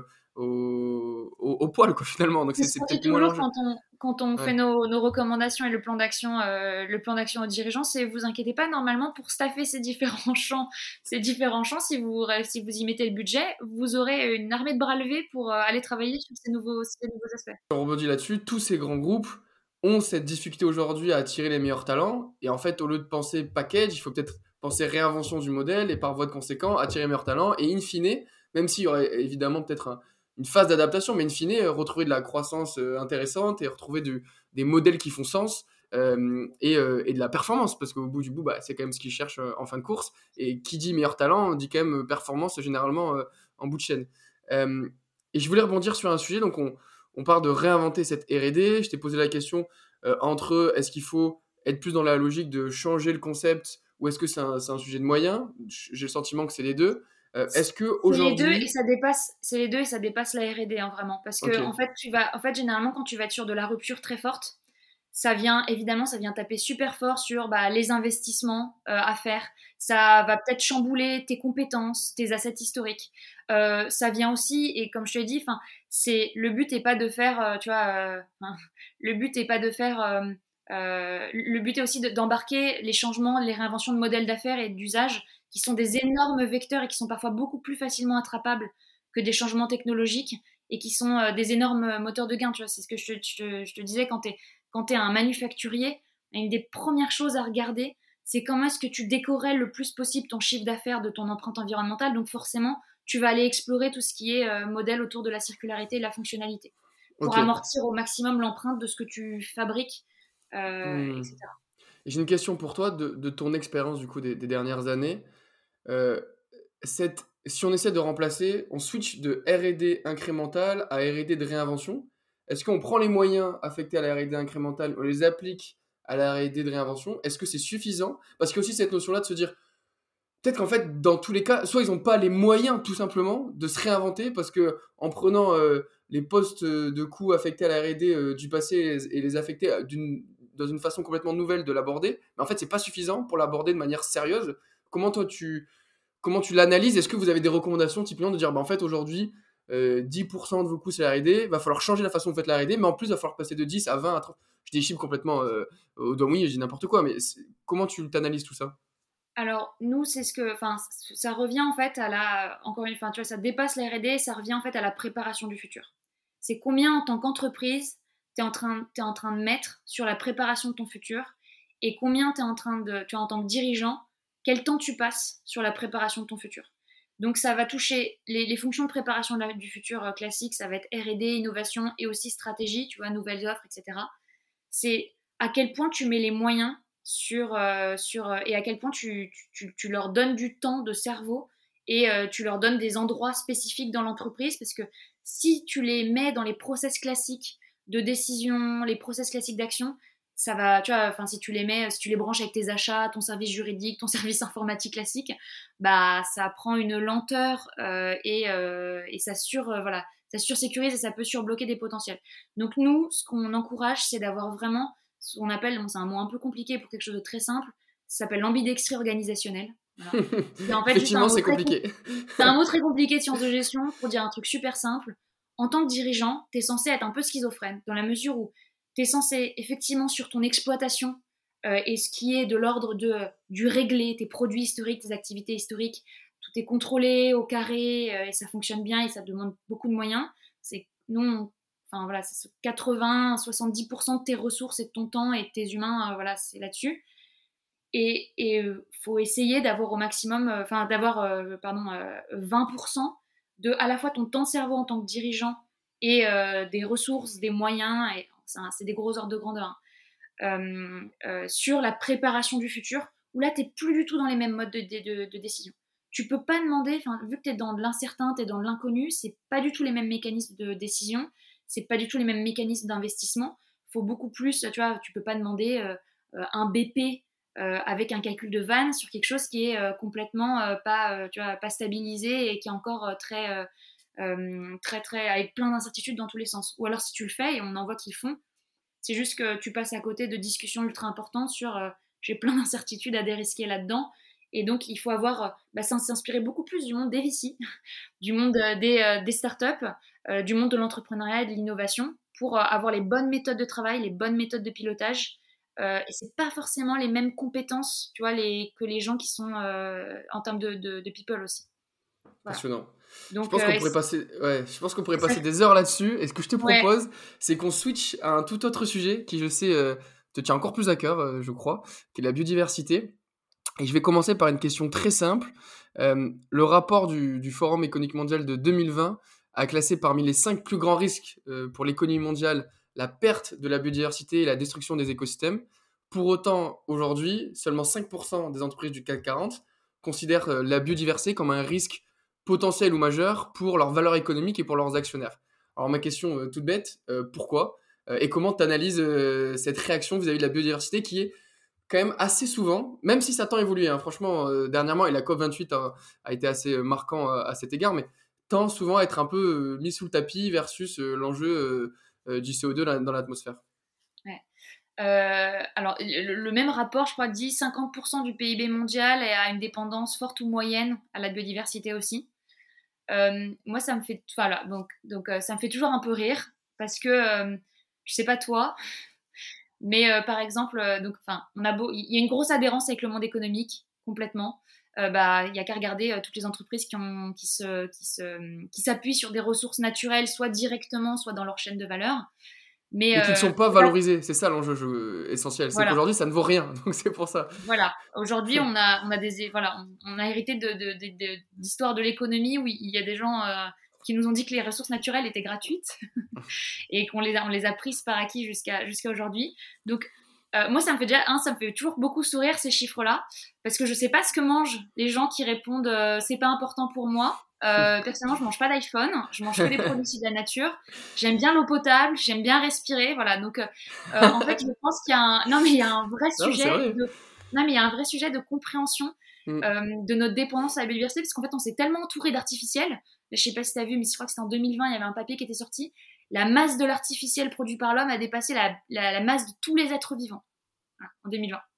au, au, au poil, quoi, finalement. Donc, C'est c'est, ce c'est qu'on dit peut-être moins toujours l'enjeu. quand on, quand on fait Ouais. nos, nos recommandations et le plan d'action, euh, le plan d'action aux dirigeants, c'est vous inquiétez pas, normalement, pour staffer ces différents champs, ces différents champs, si vous, si vous y mettez le budget, vous aurez une armée de bras levés pour euh, aller travailler sur ces nouveaux, ces nouveaux aspects. On rebondit là-dessus, tous ces grands groupes ont cette difficulté aujourd'hui à attirer les meilleurs talents. Et en fait, au lieu de penser package, il faut peut-être penser réinvention du modèle et par voie de conséquent, attirer les meilleurs talents. Et in fine, même s'il y aurait évidemment peut-être un- une phase d'adaptation, mais in fine, euh, retrouver de la croissance euh, intéressante et retrouver du- des modèles qui font sens euh, et, euh, et de la performance. Parce qu'au bout du bout, bah, c'est quand même ce qu'ils cherchent euh, en fin de course. Et qui dit meilleur talent, dit quand même euh, performance généralement euh, en bout de chaîne. Euh, et je voulais rebondir sur un sujet, donc on, on part de réinventer cette R et D. Je t'ai posé la question euh, entre est-ce qu'il faut être plus dans la logique de changer le concept ou est-ce que c'est un, c'est un sujet de moyens. J'ai le sentiment que c'est les deux. Euh, est-ce que C'est les deux et aujourd'hui, ça dépasse, c'est les deux et ça dépasse la R et D hein, vraiment, parce ok, que en fait tu vas, en fait généralement quand tu vas être sur de la rupture très forte, ça vient évidemment, ça vient taper super fort sur bah, les investissements euh, à faire. Ça va peut-être chambouler tes compétences, tes assets historiques. Euh, ça vient aussi et comme je te l'ai dit, enfin c'est le but est pas de faire, euh, tu vois, euh, hein, le but est pas de faire. Euh, euh, le but est aussi de- d'embarquer les changements, les réinventions de modèles d'affaires et d'usage qui sont des énormes vecteurs et qui sont parfois beaucoup plus facilement attrapables que des changements technologiques et qui sont euh, des énormes moteurs de gain. Tu vois, c'est ce que je te, je te- je te disais quand tu es quand tu es un manufacturier, une des premières choses à regarder, c'est comment est-ce que tu décorrèles le plus possible ton chiffre d'affaires de ton empreinte environnementale. Donc forcément, tu vas aller explorer tout ce qui est euh, modèle autour de la circularité et de la fonctionnalité pour ok. amortir au maximum l'empreinte de ce que tu fabriques, euh, Hmm. et cetera. J'ai une question pour toi de, de ton expérience du coup des, des dernières années. Euh, cette, si on essaie de remplacer, on switch de R et D incrémental à R et D de réinvention, est-ce qu'on prend les moyens affectés à la R et D incrémentale, on les applique à la R et D de réinvention? Est-ce que c'est suffisant? Parce qu'il y a aussi cette notion-là de se dire, peut-être qu'en fait, dans tous les cas, soit ils n'ont pas les moyens tout simplement de se réinventer, parce que en prenant euh, les postes de coûts affectés à la R et D euh, du passé et les, et les affecter à- d'une, dans une façon complètement nouvelle de l'aborder, mais en fait, c'est pas suffisant pour l'aborder de manière sérieuse. Comment toi tu comment tu l'analyses? Est-ce que vous avez des recommandations typiquement de dire, bah, en fait, aujourd'hui, euh, dix pour cent de vos coûts, c'est la R et D, va falloir changer la façon dont vous faites la R et D, mais en plus, il va falloir passer de dix à vingt à trente. Je dis des chiffres complètement euh, au doigt mouillé, je dis n'importe quoi, mais c'est- comment tu t'analyses tout ça? Alors, nous, c'est ce que. Enfin, ça revient en fait à la. Encore une fois, tu vois, ça dépasse la R et D et ça revient en fait à la préparation du futur. C'est combien en tant qu'entreprise, tu es en, train- t'es en train de mettre sur la préparation de ton futur et combien tu es en train de. Tu vois, en tant que dirigeant, quel temps tu passes sur la préparation de ton futur. Donc, ça va toucher les, les fonctions de préparation de la- du futur euh, classique, ça va être R et D, innovation et aussi stratégie, tu vois, nouvelles offres, et cetera. C'est à quel point tu mets les moyens sur, euh, sur euh, et à quel point tu, tu, tu leur donnes du temps de cerveau et euh, tu leur donnes des endroits spécifiques dans l'entreprise parce que si tu les mets dans les process classiques de décision, les process classiques d'action, ça va, tu vois, enfin si tu les mets, si tu les branches avec tes achats, ton service juridique, ton service informatique classique, bah ça prend une lenteur euh, et, euh, et ça sur, euh, voilà, ça sursécurise et ça peut surbloquer des potentiels. Donc nous, ce qu'on encourage, c'est d'avoir vraiment ce qu'on appelle, bon, c'est un mot un peu compliqué pour quelque chose de très simple, ça s'appelle l'ambidextrie organisationnelle. Voilà. C'est en fait juste un Effectivement, mot c'est très, compliqué. c'est un mot très compliqué de sciences de gestion pour dire un truc super simple. En tant que dirigeant, tu es censé être un peu schizophrène, dans la mesure où tu es censé, effectivement, sur ton exploitation euh, et ce qui est de l'ordre de, du réglé, tes produits historiques, tes activités historiques, tout est contrôlé au carré euh, et ça fonctionne bien et ça demande beaucoup de moyens. C'est non, enfin voilà, c'est quatre-vingts à soixante-dix pour cent de tes ressources et de ton temps et de tes humains, euh, voilà, c'est là-dessus. Et il euh, faut essayer d'avoir au maximum, euh, enfin d'avoir, euh, pardon, euh, vingt pour cent de à la fois ton temps de cerveau en tant que dirigeant et euh, des ressources, des moyens, et c'est, un- c'est des gros ordres de grandeur, hein, euh, euh, sur la préparation du futur, où là, tu n'es plus du tout dans les mêmes modes de, de, de, de décision. Tu peux pas demander, vu que tu es dans de l'incertain, tu es dans de l'inconnu, c'est pas du tout les mêmes mécanismes de décision, c'est pas du tout les mêmes mécanismes d'investissement. Il faut beaucoup plus, tu vois, tu peux pas demander euh, euh, un B P euh, avec un calcul de vanne sur quelque chose qui est euh, complètement euh, pas, euh, tu vois, pas stabilisé et qui est encore euh, très, euh, euh, très, très, avec plein d'incertitudes dans tous les sens. Ou alors si tu le fais, et on en voit qu'ils font, c'est juste que tu passes à côté de discussions ultra importantes sur euh, j'ai plein d'incertitudes à dérisquer là-dedans Et donc, il faut avoir, bah, s'inspirer beaucoup plus du monde des V C, du monde euh, des, euh, des startups, euh, du monde de l'entrepreneuriat et de l'innovation pour euh, avoir les bonnes méthodes de travail, les bonnes méthodes de pilotage. Euh, et c'est pas forcément les mêmes compétences, tu vois, les, que les gens qui sont euh, en termes de, de, de people aussi. Voilà. Passionnant. Je Donc, pense qu'on euh, pourrait passer, ouais, je pense qu'on pourrait ça, passer des heures là-dessus. Et ce que je te ouais, propose, c'est qu'on switch à un tout autre sujet qui, je sais, euh, te tient encore plus à cœur, euh, je crois, qui est la biodiversité. Et je vais commencer par une question très simple. Euh, le rapport du, du Forum économique mondial de deux mille vingt a classé parmi les cinq plus grands risques euh, pour l'économie mondiale la perte de la biodiversité et la destruction des écosystèmes. Pour autant, aujourd'hui, seulement cinq pour cent des entreprises du CAC quarante considèrent euh, la biodiversité comme un risque potentiel ou majeur pour leur valeur économique et pour leurs actionnaires. Alors ma question euh, toute bête, euh, pourquoi Euh, Et comment tu analyses euh, cette réaction vis-à-vis de la biodiversité qui est quand même assez souvent, même si ça tend à évoluer, hein, franchement, euh, dernièrement, et la COP vingt-huit a, a été assez euh, marquant euh, à cet égard, mais tend souvent à être un peu euh, mis sous le tapis versus euh, l'enjeu euh, euh, du C O deux dans, dans l'atmosphère. ouais. Euh, alors, le, le même rapport, je crois, dit cinquante pour cent du P I B mondial a une dépendance forte ou moyenne à la biodiversité aussi. Euh, moi, ça me fait, voilà, donc, donc euh, ça me fait toujours un peu rire parce que euh, je sais pas toi, mais euh, par exemple, euh, donc, enfin, on a beau, il y a une grosse adhérence avec le monde économique complètement. Euh, bah, il y a qu'à regarder euh, toutes les entreprises qui, ont, qui, se, qui, se, qui s'appuient sur des ressources naturelles, soit directement, soit dans leur chaîne de valeur. Mais Et qui ne euh, sont pas c'est pas, valorisés, c'est ça l'enjeu je- essentiel, c'est voilà. qu'aujourd'hui ça ne vaut rien, donc c'est pour ça. Voilà. Aujourd'hui, on a, on a des, voilà, on, on a hérité de, de, de, de, d'histoires de l'économie où il y a des gens euh, qui nous ont dit que les ressources naturelles étaient gratuites et qu'on les a, on les a prises par acquis jusqu'à, jusqu'à aujourd'hui. Donc, euh, moi, ça me fait déjà, hein, ça me fait toujours beaucoup sourire ces chiffres-là parce que je sais pas ce que mangent les gens qui répondent euh, c'est pas important pour moi. Euh, personnellement, je mange pas d'iPhone, je mange que des produits issus de la nature. J'aime bien l'eau potable, j'aime bien respirer, voilà. Donc, euh, euh, en fait, je pense qu'il y a un, non mais il y a un vrai Non, c'est sujet vrai. de, non mais il y a un vrai sujet de compréhension Mm. euh, de notre dépendance à la biodiversité parce qu'en fait, on s'est tellement entouré d'artificiels. Je sais pas si tu as vu, mais je crois que c'était en deux mille vingt, il y avait un papier qui était sorti. La masse de l'artificiel produit par l'homme a dépassé la, la, la masse de tous les êtres vivants, voilà, en deux mille vingt.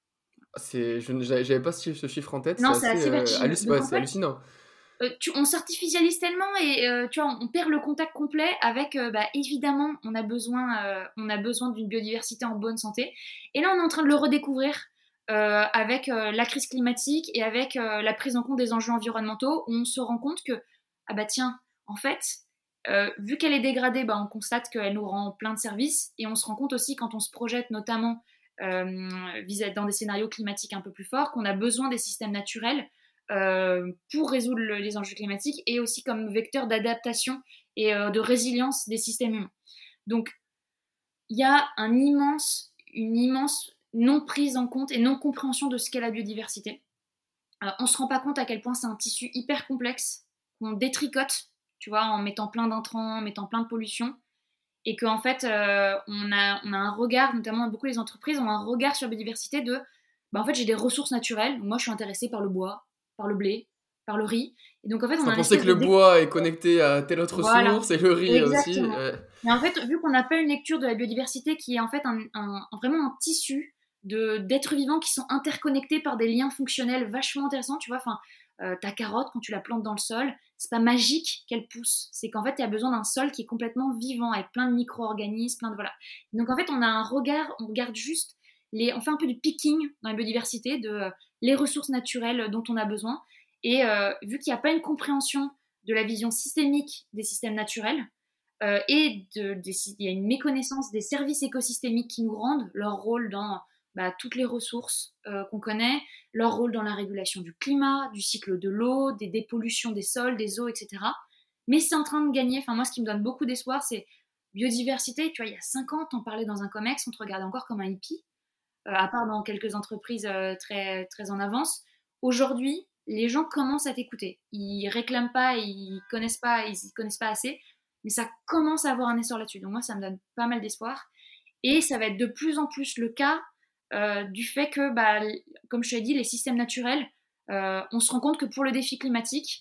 C'est, je, ne- j'avais j'avais pas ce, ce chiffre en tête, c'est Non, c'est assez, assez euh, vertigineux. halluc- Donc ouais, en c'est fait, hallucinant. euh, tu, on s'artificialise tellement et euh, tu vois, on, on perd le contact complet avec, euh, bah, évidemment, on a besoin, euh, on a besoin d'une biodiversité en bonne santé. Et là, on est en train de le redécouvrir euh, avec euh, la crise climatique et avec euh, la prise en compte des enjeux environnementaux, où on se rend compte que, ah bah tiens, en fait, euh, vu qu'elle est dégradée, bah, on constate qu'elle nous rend plein de services et on se rend compte aussi quand on se projette notamment euh, vis- dans des scénarios climatiques un peu plus forts qu'on a besoin des systèmes naturels euh, pour résoudre le- les enjeux climatiques et aussi comme vecteur d'adaptation et euh, de résilience des systèmes humains. Donc, il y a un immense, une immense non prise en compte et non compréhension de ce qu'est la biodiversité. Euh, on se rend pas compte à quel point c'est un tissu hyper complexe qu'on détricote, tu vois, en mettant plein d'intrants, en mettant plein de pollution, et qu'en fait, euh, on, a, on a un regard, notamment beaucoup les entreprises ont un regard sur la biodiversité de, bah, en fait, j'ai des ressources naturelles, donc moi je suis intéressée par le bois, par le blé, par le riz, et donc en fait, on Sans a une penser espèce que de le dé- bois est connecté à telle autre voilà, source, et le riz aussi. exactement. euh, Mais en fait, vu qu'on n'a pas une lecture de la biodiversité qui est en fait un, un- vraiment un tissu de, d'êtres vivants qui sont interconnectés par des liens fonctionnels vachement intéressants, tu vois, enfin, euh, ta carotte, quand tu la plantes dans le sol, c'est pas magique qu'elle pousse, c'est qu'en fait, il y a besoin d'un sol qui est complètement vivant, avec plein de micro-organismes, plein de, voilà. Donc en fait, on a un regard, on regarde juste, les, on fait un peu du picking dans la biodiversité, de euh, les ressources naturelles dont on a besoin, et euh, vu qu'il n'y a pas une compréhension de la vision systémique des systèmes naturels, euh, et de, de- il y a une méconnaissance des services écosystémiques qui nous rendent leur rôle dans bah, toutes les ressources euh, qu'on connaît, leur rôle dans la régulation du climat, du cycle de l'eau, des dépollutions des sols, des eaux, et cetera. Mais c'est en train de gagner. Enfin, moi, ce qui me donne beaucoup d'espoir, c'est biodiversité. Tu vois, il y a cinq ans, t'en parlais dans un comex, on te regardait encore comme un hippie, euh, à part dans quelques entreprises euh, très, très en avance. Aujourd'hui, les gens commencent à t'écouter. Ils réclament pas, ils connaissent pas, ils connaissent pas assez, mais ça commence à avoir un essor là-dessus. Donc moi, ça me donne pas mal d'espoir. Et ça va être de plus en plus le cas euh, du fait que, bah, comme je te l'ai dit, les systèmes naturels, euh, on se rend compte que pour le défi climatique,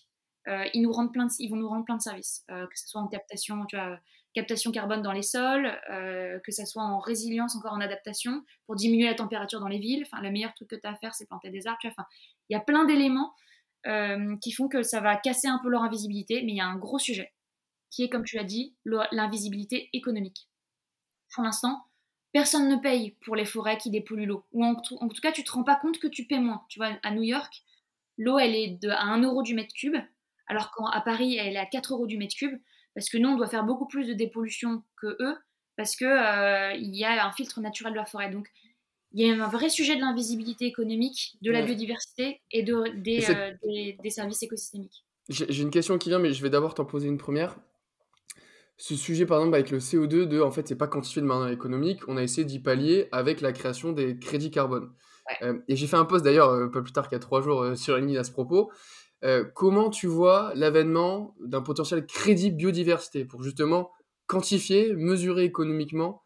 euh, ils, nous rendent plein de, ils vont nous rendre plein de services, euh, que ce soit en captation, tu vois, captation carbone dans les sols, euh, que ce soit en résilience, encore en adaptation, pour diminuer la température dans les villes. Enfin, le meilleur truc que tu as à faire, c'est planter des arbres. Tu vois, enfin, il y a plein d'éléments euh, qui font que ça va casser un peu leur invisibilité, mais il y a un gros sujet qui est, comme tu l'as dit, l'invisibilité économique. Pour l'instant, personne ne paye pour les forêts qui dépolluent l'eau. Ou en, en tout cas, tu te rends pas compte que tu paies moins. Tu vois, à New York, l'eau, elle est de, à un euro du mètre cube, alors qu'à Paris, elle est à quatre euros du mètre cube, parce que nous, on doit faire beaucoup plus de dépollution que eux, parce qu'il euh, y a un filtre naturel de la forêt. Donc, il y a un vrai sujet de l'invisibilité économique, de la Ouais. biodiversité et de, des, Et euh, des, des services écosystémiques. J'ai j'ai une question qui vient, mais je vais d'abord t'en poser une première. Ce sujet, par exemple, avec le C O deux, de, en fait, c'est pas quantifié de manière économique, on a essayé d'y pallier avec la création des crédits carbone. Ouais. Euh, et j'ai fait un post d'ailleurs, euh, pas plus tard qu'il y a trois jours, euh, sur LinkedIn à ce propos. Euh, comment tu vois l'avènement d'un potentiel crédit biodiversité pour justement quantifier, mesurer économiquement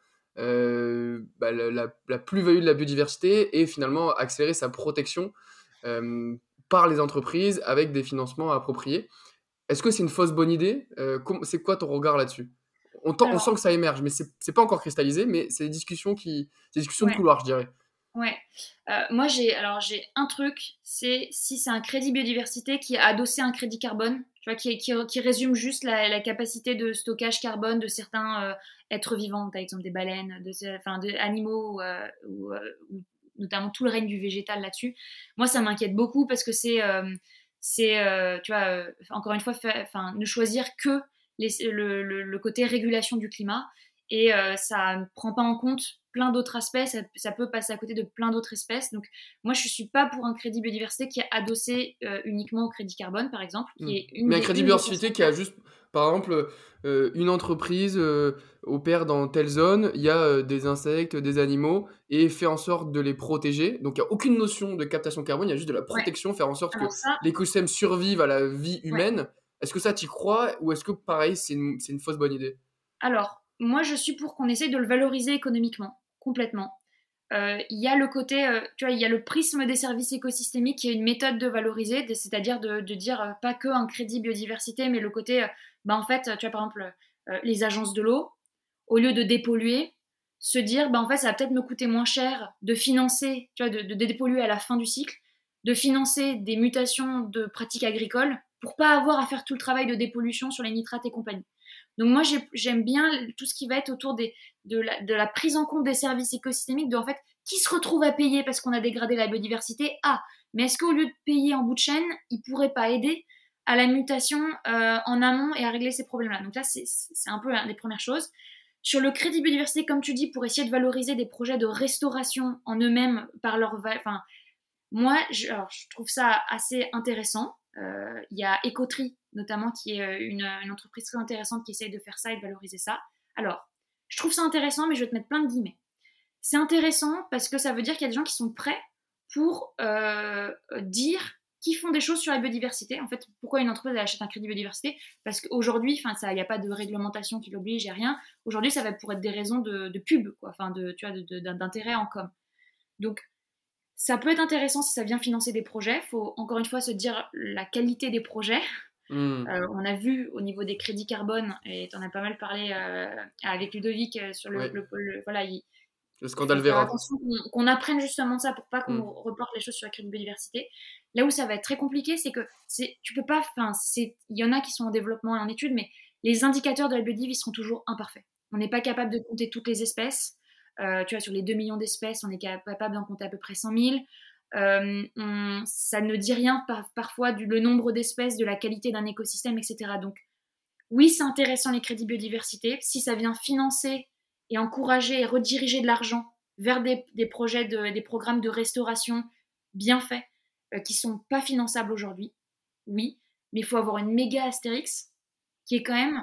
euh, bah, la, la- la plus-value de la biodiversité et finalement accélérer sa protection euh, par les entreprises avec des financements appropriés? Est-ce que c'est une fausse bonne idée? Euh, com- C'est quoi ton regard là-dessus? on, tend- on sent Alors, que ça émerge, mais c'est c'est pas encore cristallisé, mais c'est des discussions qui, c'est des discussions de ouais. couloir, je dirais. Ouais. Euh, moi, j'ai alors j'ai un truc, c'est si c'est un crédit biodiversité qui est adossé à un crédit carbone, tu vois, qui, qui, qui résume juste la, la capacité de stockage carbone de certains euh, êtres vivants, par exemple des baleines, de, ce- enfin, de animaux, ou, euh, ou, euh, ou notamment tout le règne du végétal là-dessus. Moi, ça m'inquiète beaucoup parce que c'est, euh, c'est, euh, tu vois, euh, encore une fois, enfin, ne choisir que les, le, le, le côté régulation du climat et euh, ça ne prend pas en compte plein d'autres aspects, ça, ça peut passer à côté de plein d'autres espèces. Donc moi, je ne suis pas pour un crédit biodiversité qui est adossé euh, uniquement au crédit carbone, par exemple, Hmm. qui est une Mais un des, crédit une des biodiversité façons de qui a faire. juste, par exemple, euh, une entreprise euh, opère dans telle zone, il y a euh, des insectes, des animaux, et fait en sorte de les protéger. Donc il n'y a aucune notion de captation carbone, il y a juste de la Ouais. protection, faire en sorte que Alors ça, l'écosystème survive à la vie ouais. humaine. Est-ce que ça, t'y crois, ou est-ce que, pareil, c'est une, c'est une fausse bonne idée? Alors, moi, je suis pour qu'on essaye de le valoriser économiquement, complètement. Euh, Il y a le côté, euh, tu vois, il y a le prisme des services écosystémiques qui est une méthode de valoriser, de- c'est-à-dire de, de dire euh, pas que un crédit biodiversité, mais le côté, euh, bah en fait, tu vois, par exemple, euh, les agences de l'eau, au lieu de dépolluer, se dire, bah en fait, ça va peut-être me coûter moins cher de financer, tu vois, de, de dépolluer à la fin du cycle, de financer des mutations de pratiques agricoles pour pas avoir à faire tout le travail de dépollution sur les nitrates et compagnie. Donc moi, j'aime bien tout ce qui va être autour des, de, la, de la prise en compte des services écosystémiques, de en fait, qui se retrouve à payer parce qu'on a dégradé la biodiversité? Ah, mais est-ce qu'au lieu de payer en bout de chaîne, il ne pourrait pas aider à la mutation euh, en amont et à régler ces problèmes-là? Donc là, c'est un peu les premières choses. Sur le crédit biodiversité, comme tu dis, pour essayer de valoriser des projets de restauration en eux-mêmes par leur... Enfin, moi, je, alors, je trouve ça assez intéressant. Euh, Il y a Ecotree, notamment, qui est euh, une, une entreprise très intéressante qui essaye de faire ça et de valoriser ça. Alors, je trouve ça intéressant, mais je vais te mettre plein de guillemets. C'est intéressant parce que ça veut dire qu'il y a des gens qui sont prêts pour euh, dire qu'ils font des choses sur la biodiversité. En fait, pourquoi une entreprise elle achète un crédit biodiversité? Parce qu'aujourd'hui, il n'y a pas de réglementation qui l'oblige, il n'y a rien. Aujourd'hui, ça va pour être des raisons de, de pub, quoi, enfin, de, tu vois, d'intérêt en com. Donc, ça peut être intéressant si ça vient financer des projets. Il faut encore une fois se dire la qualité des projets. Hmm. Euh, on a vu au niveau des crédits carbone, et tu en as pas mal parlé euh, avec Ludovic euh, sur le, Ouais. le, le voilà, il Le faut scandale faire Vera. attention qu'on qu'on apprenne justement ça pour pas qu'on Hmm. reporte les choses sur la crédit biodiversité. Là où ça va être très compliqué, c'est que c'est tu peux pas, enfin, il y en a qui sont en développement et en études, mais les indicateurs de la biodiversité seront toujours imparfaits. On n'est pas capable de compter toutes les espèces. Euh, tu vois, sur les deux millions d'espèces, on est capable d'en compter à peu près cent mille. Euh, on, ça ne dit rien par, parfois du le nombre d'espèces, de la qualité d'un écosystème, et cetera. Donc oui, c'est intéressant les crédits biodiversité si ça vient financer et encourager et rediriger de l'argent vers des, des projets, de, des programmes de restauration bien faits euh, qui sont pas finançables aujourd'hui. Oui, mais il faut avoir une méga astérix qui est quand même,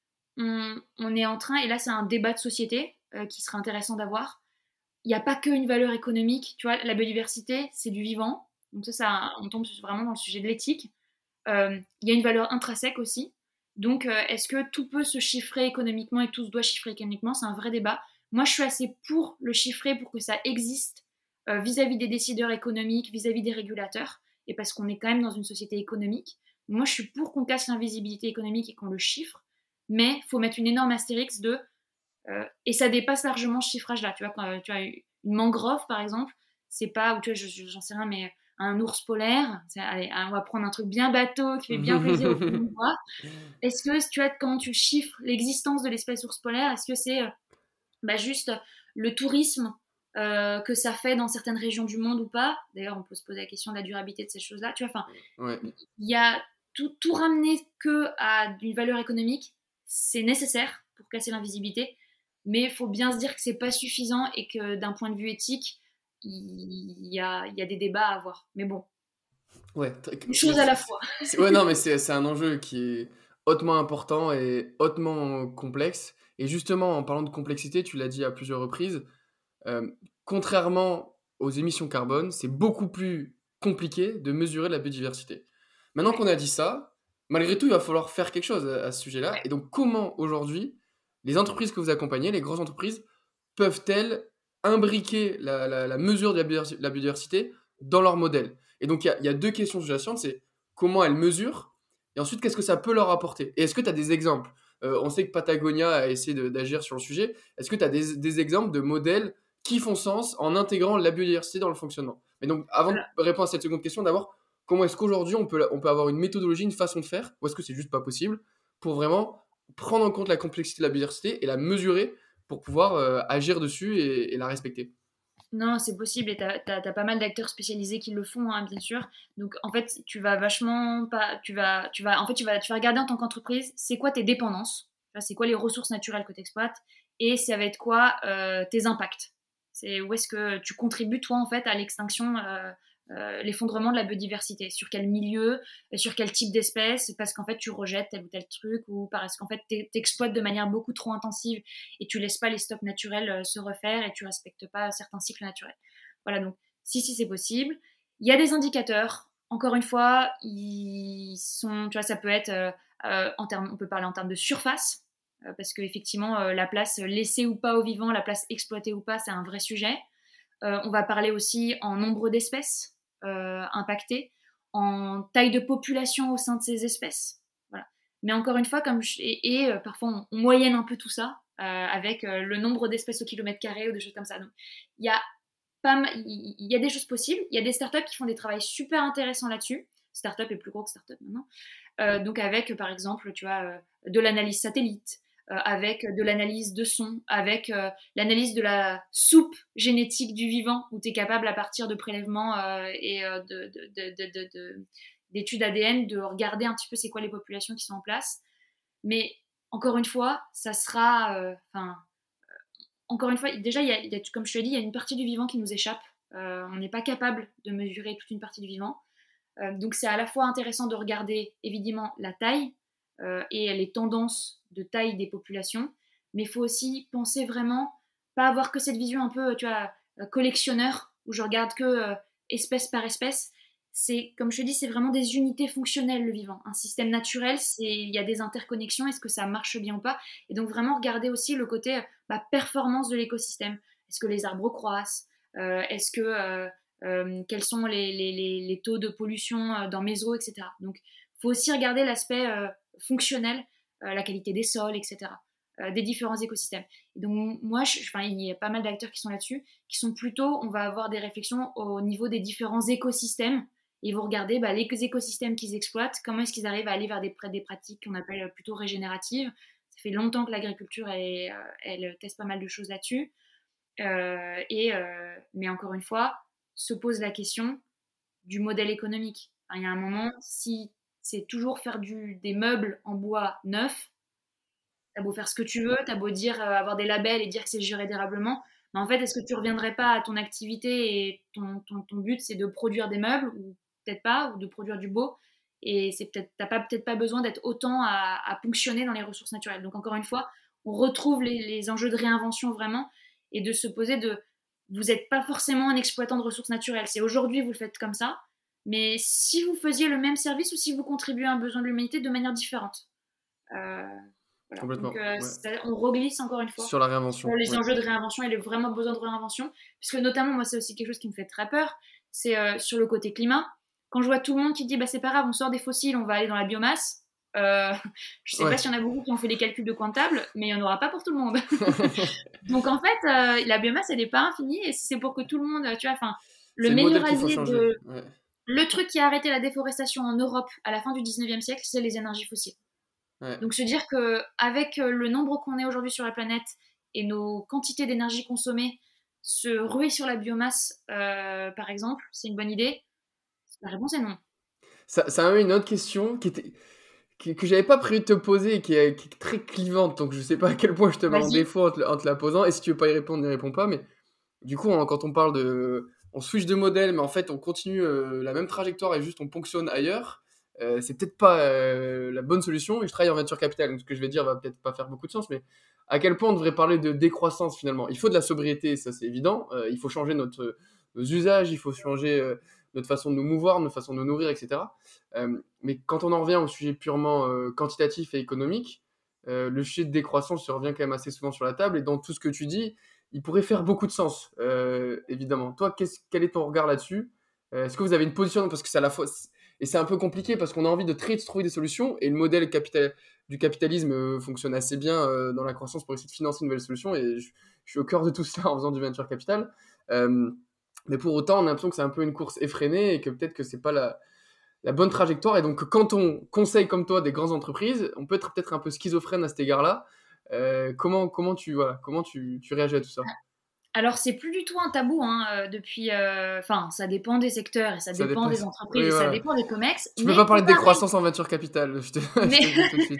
on, on est en train, et là c'est un débat de société euh, qui serait intéressant d'avoir, il n'y a pas qu'une valeur économique. Tu vois, la biodiversité, c'est du vivant. Donc ça, ça on tombe vraiment dans le sujet de l'éthique. Euh, il y a une valeur intrinsèque aussi. Donc, euh, est-ce que tout peut se chiffrer économiquement et tout se doit chiffrer économiquement? C'est un vrai débat. Moi, je suis assez pour le chiffrer, pour que ça existe euh, vis-à-vis des décideurs économiques, vis-à-vis des régulateurs, et parce qu'on est quand même dans une société économique. Moi, je suis pour qu'on casse l'invisibilité économique et qu'on le chiffre, mais il faut mettre une énorme astérix de... Euh, et ça dépasse largement ce chiffrage-là. Tu vois, quand euh, tu as une mangrove, par exemple, c'est pas... Ou tu vois, je, je, j'en sais rien, mais un ours polaire, c'est, allez, on va prendre un truc bien bateau qui fait bien plaisir aux Québécois. Est-ce que, tu vois, comment tu chiffres l'existence de l'espèce ours polaire? Est-ce que c'est... Euh, bah, juste le tourisme euh, que ça fait dans certaines régions du monde ou pas. D'ailleurs, on peut se poser la question de la durabilité de ces choses-là. Tu vois, enfin, Ouais. il y a tout, tout ramener que à une valeur économique, c'est nécessaire pour casser l'invisibilité, mais il faut bien se dire que c'est pas suffisant et que d'un point de vue éthique, il y a, il y a des débats à avoir. Mais bon, Ouais, t- une mais chose à c'est- la c'est- fois. c'est- ouais, non, mais c'est c'est un enjeu qui est hautement important et hautement complexe. Et justement, en parlant de complexité, tu l'as dit à plusieurs reprises, euh, contrairement aux émissions carbone, c'est beaucoup plus compliqué de mesurer la biodiversité. Maintenant Ouais, qu'on a dit ça, malgré tout, il va falloir faire quelque chose à, à ce sujet-là. ouais. Et donc, comment aujourd'hui, les entreprises que vous accompagnez, les grosses entreprises, peuvent-elles imbriquer la, la- la mesure de la biodiversité, la biodiversité dans leur modèle? Et donc, il y a, il y a deux questions sous-jacentes, c'est comment elles mesurent, et ensuite, qu'est-ce que ça peut leur apporter? Et est-ce que tu as des exemples? Euh, on sait que Patagonia a essayé de- d'agir sur le sujet. Est-ce que tu as des, des exemples de modèles qui font sens en intégrant la biodiversité dans le fonctionnement? Mais donc, avant de Voilà. répondre à cette seconde question, d'abord, comment est-ce qu'aujourd'hui on peut, on peut avoir une méthodologie, une façon de faire, ou est-ce que c'est juste pas possible, pour vraiment prendre en compte la complexité de la biodiversité et la mesurer pour pouvoir euh, agir dessus et, et la respecter? Non, c'est possible et t'as, t'as, t'as pas mal d'acteurs spécialisés qui le font, hein, bien sûr. Donc en fait, tu vas vachement pas, tu vas, tu vas, en fait, tu vas, tu vas regarder en tant qu'entreprise, c'est quoi tes dépendances, tu vois, c'est quoi les ressources naturelles que tu exploites et ça va être quoi euh, tes impacts. C'est où est-ce que tu contribues toi en fait à l'extinction, euh, euh, l'effondrement de la biodiversité, sur quel milieu, sur quel type d'espèce, parce qu'en fait tu rejettes tel ou tel truc ou parce qu'en fait t'exploites de manière beaucoup trop intensive et tu laisses pas les stocks naturels euh, se refaire et tu respectes pas certains cycles naturels. Voilà, donc si, si, c'est possible. Il y a des indicateurs. Encore une fois, ils sont, tu vois, ça peut être euh, euh, en termes, on peut parler en termes de surface, euh, parce qu'effectivement, euh, la place laissée ou pas aux vivants, la place exploitée ou pas, c'est un vrai sujet. Euh, on va parler aussi en nombre d'espèces euh, impactées, en taille de population au sein de ces espèces. Voilà. Mais encore une fois, comme je, et, et euh, parfois on, on moyenne un peu tout ça euh, avec euh, le nombre d'espèces au kilomètre carré ou des choses comme ça. Donc il y a pas mal, il y a des choses possibles. Il y a des startups qui font des travaux super intéressants là-dessus. Startup est plus gros que startup maintenant. Euh, donc avec par exemple, tu vois, euh, de l'analyse satellite, euh, avec de l'analyse de son, avec euh, l'analyse de la soupe génétique du vivant, où tu es capable à partir de prélèvements euh, et euh, de, de, de, de, de, d'études A D N de regarder un petit peu c'est quoi les populations qui sont en place. Mais encore une fois, ça sera, enfin, euh, encore une fois, déjà, il y a, il y a, comme je te l'ai dit, il y a une partie du vivant qui nous échappe. Euh, on n'est pas capable de mesurer toute une partie du vivant. Euh, donc c'est à la fois intéressant de regarder évidemment la taille euh, et les tendances de taille des populations, mais il faut aussi penser vraiment, pas avoir que cette vision un peu, tu vois, euh, collectionneur, où je regarde que euh, espèce par espèce. C'est, comme je te dis, c'est vraiment des unités fonctionnelles, le vivant. Un système naturel, c'est, il y a des interconnexions, est-ce que ça marche bien ou pas? Et donc vraiment regarder aussi le côté bah, performance de l'écosystème. Est-ce que les arbres croissent? euh, Est-ce que euh, euh, quels sont les, les, les, les, taux de pollution euh, dans mes eaux, et cetera. Donc, il faut aussi regarder l'aspect euh, fonctionnel, euh, la qualité des sols, et cetera, euh, des différents écosystèmes. Et donc, moi, je, enfin, il y a pas mal d'acteurs qui sont là-dessus, qui sont plutôt, on va avoir des réflexions au niveau des différents écosystèmes. Et ils vont regarder bah, les écosystèmes qu'ils exploitent, comment est-ce qu'ils arrivent à aller vers des, des pratiques qu'on appelle plutôt régénératives. Ça fait longtemps que l'agriculture, elle, elle teste pas mal de choses là-dessus. Euh, et, euh, mais encore une fois, se pose la question du modèle économique. Enfin, il y a un moment, si c'est toujours faire du, des meubles en bois neufs, t'as beau faire ce que tu veux, t'as beau dire euh, avoir des labels et dire que c'est géré durablement, mais en fait, est-ce que tu reviendrais pas à ton activité et ton, ton, ton but, c'est de produire des meubles, ou peut-être pas, ou de produire du beau, et c'est peut-être, t'as pas, peut-être pas besoin d'être autant à, à ponctionner dans les ressources naturelles. Donc encore une fois, on retrouve les, les enjeux de réinvention vraiment, et de se poser de, vous n'êtes pas forcément un exploitant de ressources naturelles, c'est aujourd'hui vous le faites comme ça, mais si vous faisiez le même service ou si vous contribuez à un besoin de l'humanité de manière différente. Euh, voilà. Donc, Complètement, euh, ouais. ça, on reglisse encore une fois Sur la sur réinvention, les ouais. enjeux de réinvention et les vraiment besoin de réinvention. Puisque, notamment, moi, c'est aussi quelque chose qui me fait très peur. C'est euh, sur le côté climat. quand je vois tout le monde qui dit bah c'est pas grave, on sort des fossiles, on va aller dans la biomasse. Euh, je sais Ouais. pas s'il y en a beaucoup qui ont fait des calculs de comptable, mais il y en aura pas pour tout le monde. Donc en fait, euh, la biomasse elle n'est pas infinie et si c'est pour que tout le monde, tu vois, enfin, le C'est le meilleur modèle qu'il faut allié changer. de Ouais. le truc qui a arrêté la déforestation en Europe à la fin du dix-neuvième siècle, c'est les énergies fossiles. Ouais. Donc se dire que avec le nombre qu'on est aujourd'hui sur la planète et nos quantités d'énergie consommées, se ruer sur la biomasse, euh, par exemple, c'est une bonne idée. La réponse est non. Ça, ça a eu une autre question qui était, qui- que j'avais pas prévu de te poser et qui est, qui est très clivante, donc je sais pas à quel point je te mets en Vas-y. défaut en te, en te la posant, et si tu veux pas y répondre, n'y réponds pas, mais du coup, hein, quand on parle de... On switch de modèle, mais en fait, on continue euh, la même trajectoire et juste on ponctionne ailleurs, euh, c'est peut-être pas euh, la bonne solution, et je travaille en venture capital, donc ce que je vais dire va peut-être pas faire beaucoup de sens, mais à quel point on devrait parler de décroissance finalement? Il faut de la sobriété, ça c'est évident, euh, il faut changer notre, nos usages, il faut changer euh, notre façon de nous mouvoir, notre façon de nous nourrir, et cetera. Euh, mais quand on en revient au sujet purement euh, quantitatif et économique, euh, le sujet de décroissance se revient quand même assez souvent sur la table, et dans tout ce que tu dis, il pourrait faire beaucoup de sens, euh, évidemment. Toi, qu'est-ce, quel est ton regard là-dessus? Euh, Est-ce que vous avez une position? Parce que c'est à la fois... Et c'est un peu compliqué parce qu'on a envie de très vite trouver des solutions, et le modèle capital, du capitalisme euh, fonctionne assez bien euh, dans la croissance pour essayer de financer de nouvelles solutions, et je, je suis au cœur de tout ça en faisant du venture capital. Euh, mais pour autant, on a l'impression que c'est un peu une course effrénée et que peut-être que c'est pas la, la bonne trajectoire. Et donc, quand on conseille comme toi des grandes entreprises, on peut être peut-être un peu schizophrène à cet égard-là. Euh, comment, comment, tu, voilà, comment tu, tu réagis à tout ça? Alors, c'est plus du tout un tabou hein, euh, depuis. euh, Enfin, ça dépend des secteurs et ça Ça dépend des dépasse. entreprises Oui, et ça voilà. dépend des comex. Tu peux Mais pas parler de comparé. décroissance en venture capital, je te, je Mais, te le dis tout de suite.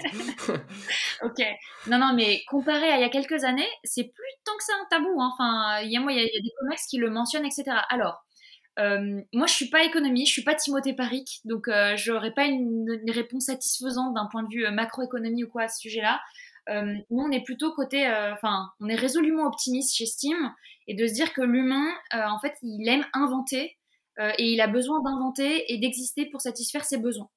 ok. Non, non, mais comparé à il y a quelques années, c'est plus tant que ça un tabou. Hein. Enfin, il y a, moi, il y, a il y a des comex qui le mentionnent, et cetera. Alors, euh, moi, je suis pas économie, je suis pas Timothée Paric, donc euh, j'aurais pas une, une réponse satisfaisante d'un point de vue euh, macroéconomie ou quoi à ce sujet-là. Euh, nous, on est plutôt côté, euh, enfin, on est résolument optimiste chez Steam et de se dire que l'humain, euh, en fait, il aime inventer euh, et il a besoin d'inventer et d'exister pour satisfaire ses besoins.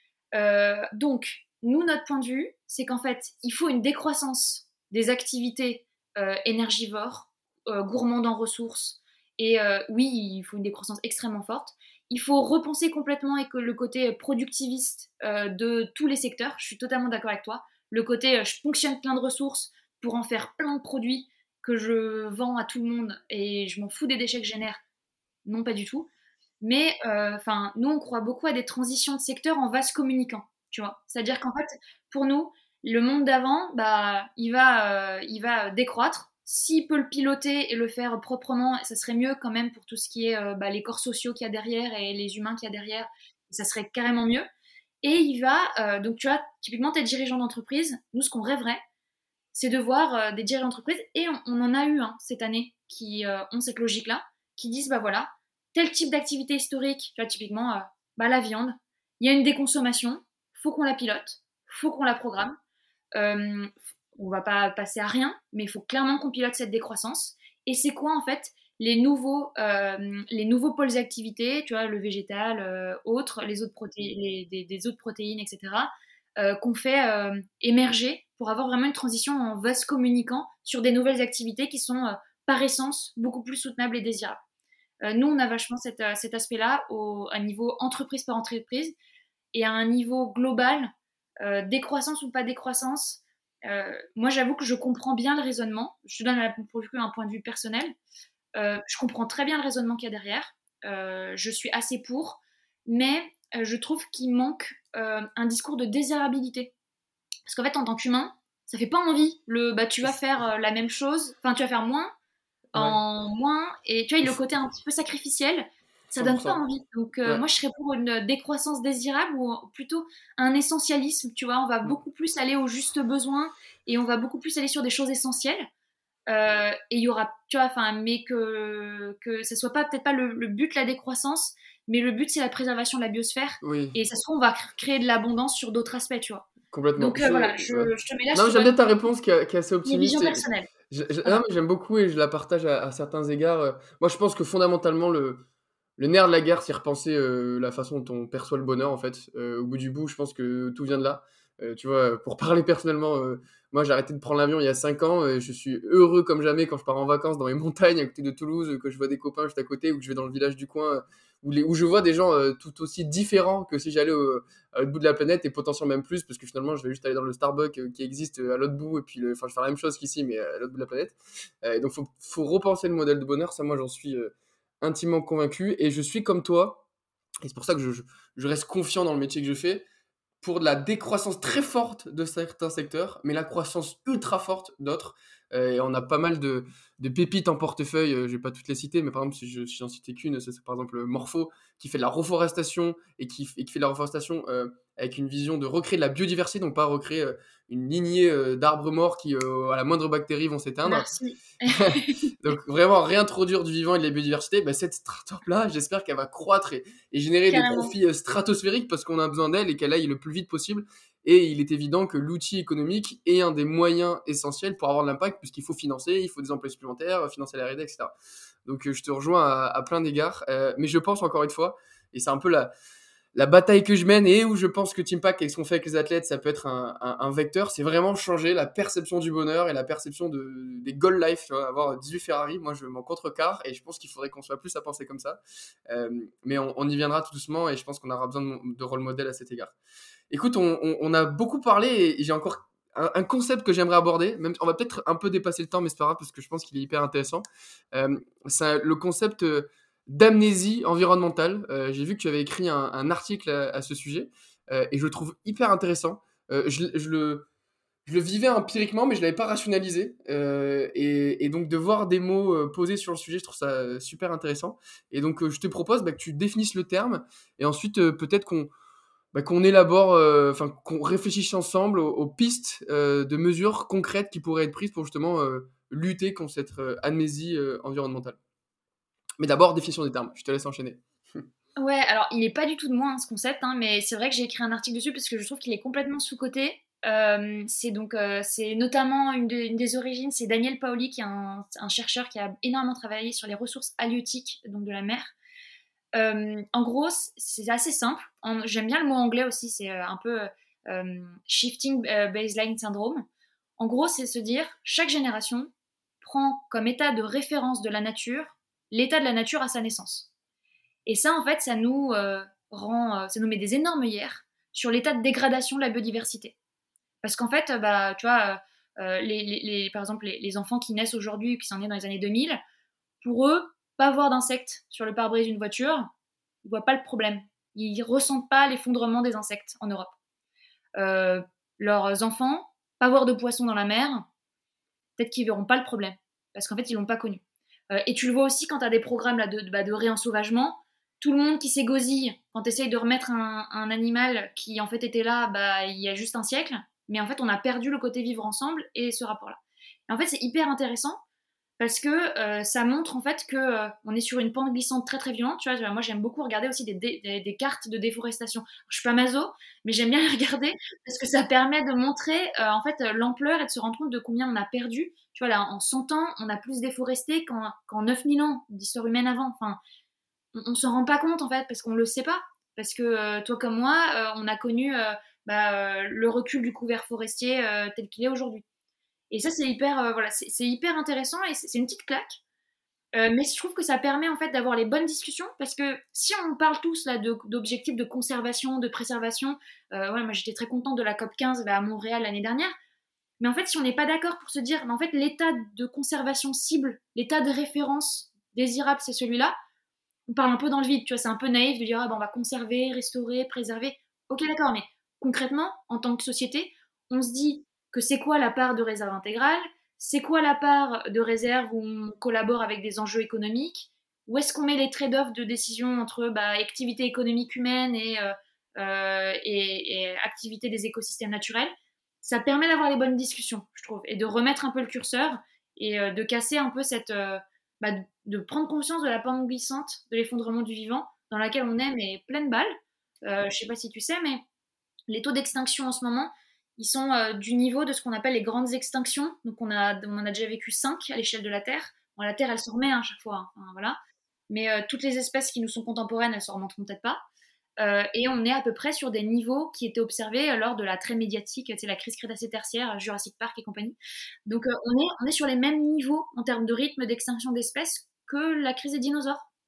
Euh, donc, nous, notre point de vue, c'est qu'en fait, il faut une décroissance des activités euh, énergivores, euh, gourmandes en ressources. Et euh, oui, il faut une décroissance extrêmement forte. Il faut repenser complètement et que le côté productiviste euh, de tous les secteurs. Je suis totalement d'accord avec toi. Le côté, euh, je ponctionne plein de ressources pour en faire plein de produits que je vends à tout le monde et je m'en fous des déchets que je génère. Non, pas du tout. Mais enfin, nous, on croit beaucoup à des transitions de secteur en vase communicant, tu vois. C'est-à-dire qu'en fait, pour nous, le monde d'avant, bah, il va, euh, il va décroître. S'il peut le piloter et le faire proprement, ça serait mieux quand même pour tout ce qui est euh, bah, les corps sociaux qu'il y a derrière et les humains qu'il y a derrière. Ça serait carrément mieux. Et il va, euh, donc tu vois, typiquement, tes dirigeants d'entreprise, nous, ce qu'on rêverait, c'est de voir euh, des dirigeants d'entreprise, et on, on en a eu hein, cette année qui euh, ont cette logique-là, qui disent, bah voilà, tel type d'activité historique, tu vois, typiquement, euh, bah, la viande, il y a une déconsommation, faut qu'on la pilote, faut qu'on la programme, euh, on va pas passer à rien, mais il faut clairement qu'on pilote cette décroissance. Et c'est quoi en fait les nouveaux, euh, les nouveaux pôles d'activité, tu vois, le végétal, euh, autres, les autres protéines, les, des, des autres protéines, et cetera, euh, qu'on fait euh, émerger pour avoir vraiment une transition en vase communicant sur des nouvelles activités qui sont euh, par essence beaucoup plus soutenables et désirables. Euh, nous, on a vachement cet, euh, cet aspect-là au, à niveau entreprise par entreprise et à un niveau global, euh, décroissance ou pas décroissance. Euh, moi, j'avoue que je comprends bien le raisonnement. Je te donne pour le coup un point de vue personnel. Euh, je comprends très bien le raisonnement qu'il y a derrière. Euh, je suis assez pour, mais euh, je trouve qu'il manque euh, un discours de désirabilité. Parce qu'en fait, en tant qu'humain, ça fait pas envie. Le, bah, tu vas faire euh, la même chose, enfin, tu vas faire moins Ouais, en moins, et tu vois, le côté un petit peu sacrificiel, ça donne pas cent pour cent. envie. Donc, euh, Ouais. moi, je serais pour une décroissance désirable ou plutôt un essentialisme. Tu vois, on va beaucoup plus aller au juste besoin et on va beaucoup plus aller sur des choses essentielles. Euh, et il y aura, tu vois, enfin, mais que, que ça soit pas peut-être pas le, le but, la décroissance, mais le but, c'est la préservation de la biosphère. Oui, Et ça se trouve, on va créer de l'abondance sur d'autres aspects, tu vois. complètement. Donc, euh, voilà, C'est... je, ouais. je te mets là, je Non, te j'aime bien donne ta réponse qui est, qui est assez mes visions optimiste. Et personnelles. je- je- non, Voilà. mais j'aime beaucoup et je la partage à, à certains égards. Euh, Moi, je pense que fondamentalement, le, le nerf de la guerre, c'est repenser euh, la façon dont on perçoit le bonheur, en fait. Euh, au bout du bout, je pense que tout vient de là. Euh, tu vois, pour parler personnellement, euh, moi, j'ai arrêté de prendre l'avion il y a cinq ans et je suis heureux comme jamais quand je pars en vacances dans les montagnes à côté de Toulouse, que je vois des copains juste à côté ou que je vais dans le village du coin. où, les, où je vois des gens euh, tout aussi différents que si j'allais au, à l'autre bout de la planète et potentiellement même plus, parce que finalement, je vais juste aller dans le Starbucks euh, qui existe euh, à l'autre bout, et puis le, enfin, je vais faire la même chose qu'ici, mais à l'autre bout de la planète. Euh, et donc, il faut, faut repenser le modèle de bonheur, ça, moi, j'en suis euh, intimement convaincu, et je suis comme toi, et c'est pour ça que je, je, je reste confiant dans le métier que je fais, pour de la décroissance très forte de certains secteurs, mais la croissance ultra forte d'autres. Euh, et on a pas mal de, de pépites en portefeuille, euh, je vais pas toutes les citer, mais par exemple, si je si j'en citais qu'une, c'est, c'est par exemple Morpho, qui fait de la reforestation, et qui, et qui fait de la reforestation euh, avec une vision de recréer de la biodiversité, donc pas recréer euh, une lignée euh, d'arbres morts qui, euh, à la moindre bactérie, vont s'éteindre. Merci. Donc vraiment réintroduire du vivant et de la biodiversité, bah, cette start-up-là, j'espère qu'elle va croître et, et générer des Carrément. profits euh, stratosphériques parce qu'on a besoin d'elle et qu'elle aille le plus vite possible. Et il est évident que l'outil économique est un des moyens essentiels pour avoir de l'impact, puisqu'il faut financer, il faut des emplois supplémentaires, financer la R et D, et cetera. Donc euh, je te rejoins à, à plein d'égards, euh, mais je pense encore une fois, et c'est un peu la, la bataille que je mène et où je pense que Teampak, avec ce qu'on fait avec les athlètes, ça peut être un, un, un vecteur, c'est vraiment changer la perception du bonheur et la perception de, des goal life. Tu vois, avoir dix-huit Ferrari, moi je m'en contrecarre et je pense qu'il faudrait qu'on soit plus à penser comme ça. Euh, mais on, on y viendra tout doucement et je pense qu'on aura besoin de, de rôle modèle à cet égard. Écoute, on, on, on a beaucoup parlé et j'ai encore un, un concept que j'aimerais aborder. Même, on va peut-être un peu dépasser le temps, mais c'est pas grave parce que je pense qu'il est hyper intéressant. Euh, c'est le concept euh, d'amnésie environnementale. Euh, j'ai vu que tu avais écrit un, un article à, à ce sujet euh, et je le trouve hyper intéressant. Euh, je, je, le, je le vivais empiriquement, mais je ne l'avais pas rationalisé. Euh, et, et donc, de voir des mots euh, posés sur le sujet, je trouve ça euh, super intéressant. Et donc, euh, je te propose bah, que tu définisses le terme et ensuite, euh, peut-être qu'on, bah, qu'on élabore, enfin, euh, qu'on réfléchisse ensemble aux, aux pistes euh, de mesures concrètes qui pourraient être prises pour justement euh, lutter contre cette euh, amnésie euh, environnementale. Mais d'abord, définition des termes. Je te laisse enchaîner. Ouais, alors il est pas du tout de moi hein, ce concept, hein, mais c'est vrai que j'ai écrit un article dessus parce que je trouve qu'il est complètement sous-coté. Euh, c'est donc euh, c'est notamment une, de- une des origines, c'est Daniel Paoli qui est un, un chercheur qui a énormément travaillé sur les ressources halieutiques donc de la mer. Euh, en gros, c- c'est assez simple. En- j'aime bien le mot anglais aussi, c'est euh, un peu euh, shifting euh, baseline syndrome. En gros, c'est se dire chaque génération prend comme état de référence de la nature l'état de la nature à sa naissance. Et ça, en fait, ça nous euh, rend, euh, ça nous met des énormes œillères sur l'état de dégradation de la biodiversité. Parce qu'en fait, euh, bah, tu vois, euh, euh, les, les- les- par exemple, les, les enfants qui naissent aujourd'hui ou qui sont nés dans les années deux mille, pour eux, pas voir d'insectes sur le pare-brise d'une voiture, ils voient pas le problème. Ils ressentent pas l'effondrement des insectes en Europe. Euh, leurs enfants, pas voir de poissons dans la mer, peut-être qu'ils verront pas le problème. Parce qu'en fait, ils l'ont pas connu. Euh, et tu le vois aussi quand tu as des programmes là, de, de, bah, de réensauvagement. Tout le monde qui s'égosille quand tu essayes de remettre un, un animal qui en fait était là bah, il y a juste un siècle, mais en fait on a perdu le côté vivre ensemble et ce rapport-là. Et en fait c'est hyper intéressant parce que euh, ça montre en fait que euh, on est sur une pente glissante très très violente. Tu vois, moi j'aime beaucoup regarder aussi des, des, des cartes de déforestation. Je suis pas maso, mais j'aime bien les regarder parce que ça permet de montrer euh, en fait l'ampleur et de se rendre compte de combien on a perdu. Tu vois là, en cent ans, on a plus déforesté qu'en, qu'en neuf mille ans d'histoire humaine avant. Enfin, on, on se rend pas compte en fait parce qu'on le sait pas. Parce que euh, toi comme moi, euh, on a connu euh, bah, euh, le recul du couvert forestier euh, tel qu'il est aujourd'hui. Et ça, c'est hyper, euh, voilà, c'est, c'est hyper intéressant et c'est, c'est une petite claque. Euh, mais je trouve que ça permet en fait d'avoir les bonnes discussions parce que si on parle tous là de, d'objectifs de conservation, de préservation, euh, ouais, moi j'étais très contente de la COP quinze là, à Montréal l'année dernière. Mais en fait, si on n'est pas d'accord pour se dire, mais en fait, l'état de conservation cible, l'état de référence désirable, c'est celui-là, on parle un peu dans le vide, tu vois, c'est un peu naïf de dire, ah, ben, on va conserver, restaurer, préserver. Ok, d'accord, mais concrètement, en tant que société, on se dit que c'est quoi la part de réserve intégrale, c'est quoi la part de réserve où on collabore avec des enjeux économiques, où est-ce qu'on met les trade-offs de décision entre bah, activité économique humaine et, euh, euh, et, et activité des écosystèmes naturels. Ça permet d'avoir les bonnes discussions, je trouve, et de remettre un peu le curseur et euh, de casser un peu cette... euh, bah, de prendre conscience de la pente glissante de l'effondrement du vivant dans laquelle on est mais pleine balle. Euh, je sais pas si tu sais, mais les taux d'extinction en ce moment, ils sont euh, du niveau de ce qu'on appelle les grandes extinctions. Donc on, a, on en a déjà vécu cinq à l'échelle de la Terre. Bon, la Terre, elle se remet à hein, chaque fois. Hein. Enfin, voilà. Mais euh, toutes les espèces qui nous sont contemporaines, elles se remonteront peut-être pas. Euh, et on est à peu près sur des niveaux qui étaient observés lors de la très médiatique, c'est la crise crétacé-tertiaire, Jurassic Park et compagnie. Donc euh, on, est, on est sur les mêmes niveaux en termes de rythme d'extinction d'espèces que la crise des dinosaures.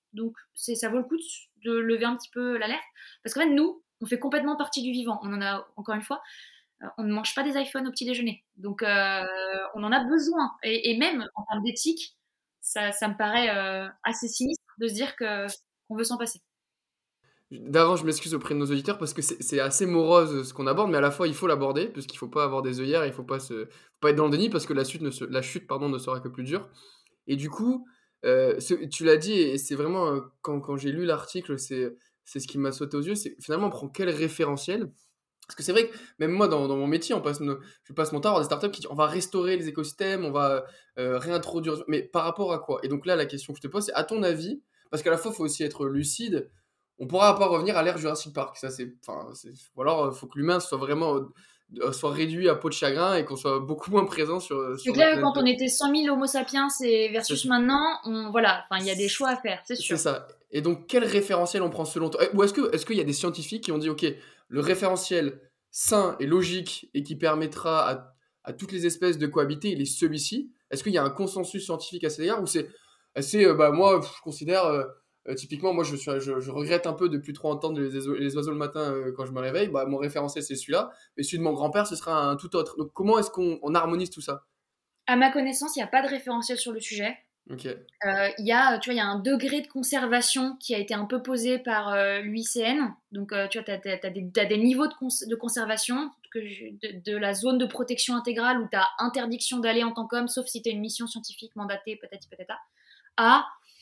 Donc c'est, ça vaut le coup de, de lever un petit peu l'alerte. Parce qu'en fait, nous, on fait complètement partie du vivant. On en a, encore une fois, euh, on ne mange pas des iPhones au petit déjeuner. Donc euh, on en a besoin. Et, et même en termes d'éthique, ça, ça me paraît euh, assez sinistre de se dire que, qu'on veut s'en passer. D'avant, je m'excuse auprès de nos auditeurs parce que c'est c'est assez morose euh, ce qu'on aborde, mais à la fois il faut l'aborder, parce qu'il faut pas avoir des œillères, il faut pas se, faut pas être dans le déni parce que la suite ne se- la chute pardon, ne sera que plus dure. Et du coup, euh, ce- tu l'as dit, et c'est vraiment euh, quand, quand j'ai lu l'article, c'est c'est ce qui m'a sauté aux yeux, c'est finalement on prend quel référentiel? Parce que c'est vrai que même moi dans, dans mon métier, on passe nos- je passe mon temps à avoir des startups qui disent on va restaurer les écosystèmes, on va euh, réintroduire, mais par rapport à quoi? Et donc là, la question que je te pose, c'est à ton avis, parce qu'à la fois il faut aussi être lucide. On pourra pas revenir à l'ère Jurassic Park, ça c'est, enfin, c'est- ou alors il faut que l'humain soit vraiment euh, soit réduit à peau de chagrin et qu'on soit beaucoup moins présent sur, C'est sur notre clair que planète quand on bleue. était cent mille Homo sapiens et C'est versus maintenant, on, voilà, enfin, il y a des choix à faire, c'est c'est sûr. ça. Et donc, quel référentiel on prend selon toi? Eh, ou est-ce que, est-ce qu'il y a des scientifiques qui ont dit, OK, le référentiel sain et logique et qui permettra à, à toutes les espèces de cohabiter, il est celui-ci? Est-ce qu'il y a un consensus scientifique à cet égard? Ou c'est, c'est euh, bah, moi, je considère, euh, euh, typiquement, moi, je, suis, je, je regrette un peu de plus trop entendre les, oiseaux- les oiseaux le matin euh, quand je me réveille. Bah, mon référentiel, c'est celui-là. Mais celui de mon grand-père, ce sera un tout autre. Donc, comment est-ce qu'on on harmonise tout ça? À ma connaissance, il n'y a pas de référentiel sur le sujet. Ok. Euh, Il y a, tu vois, il y a un degré de conservation qui a été un peu posé par euh, l'U I C N. Donc, euh, tu vois, tu as, des, t'as des niveaux de, cons de conservation que je- de, de la zone de protection intégrale où tu as interdiction d'aller en tant qu'homme, sauf si tu as une mission scientifique mandatée, peut-être, peut-être, à,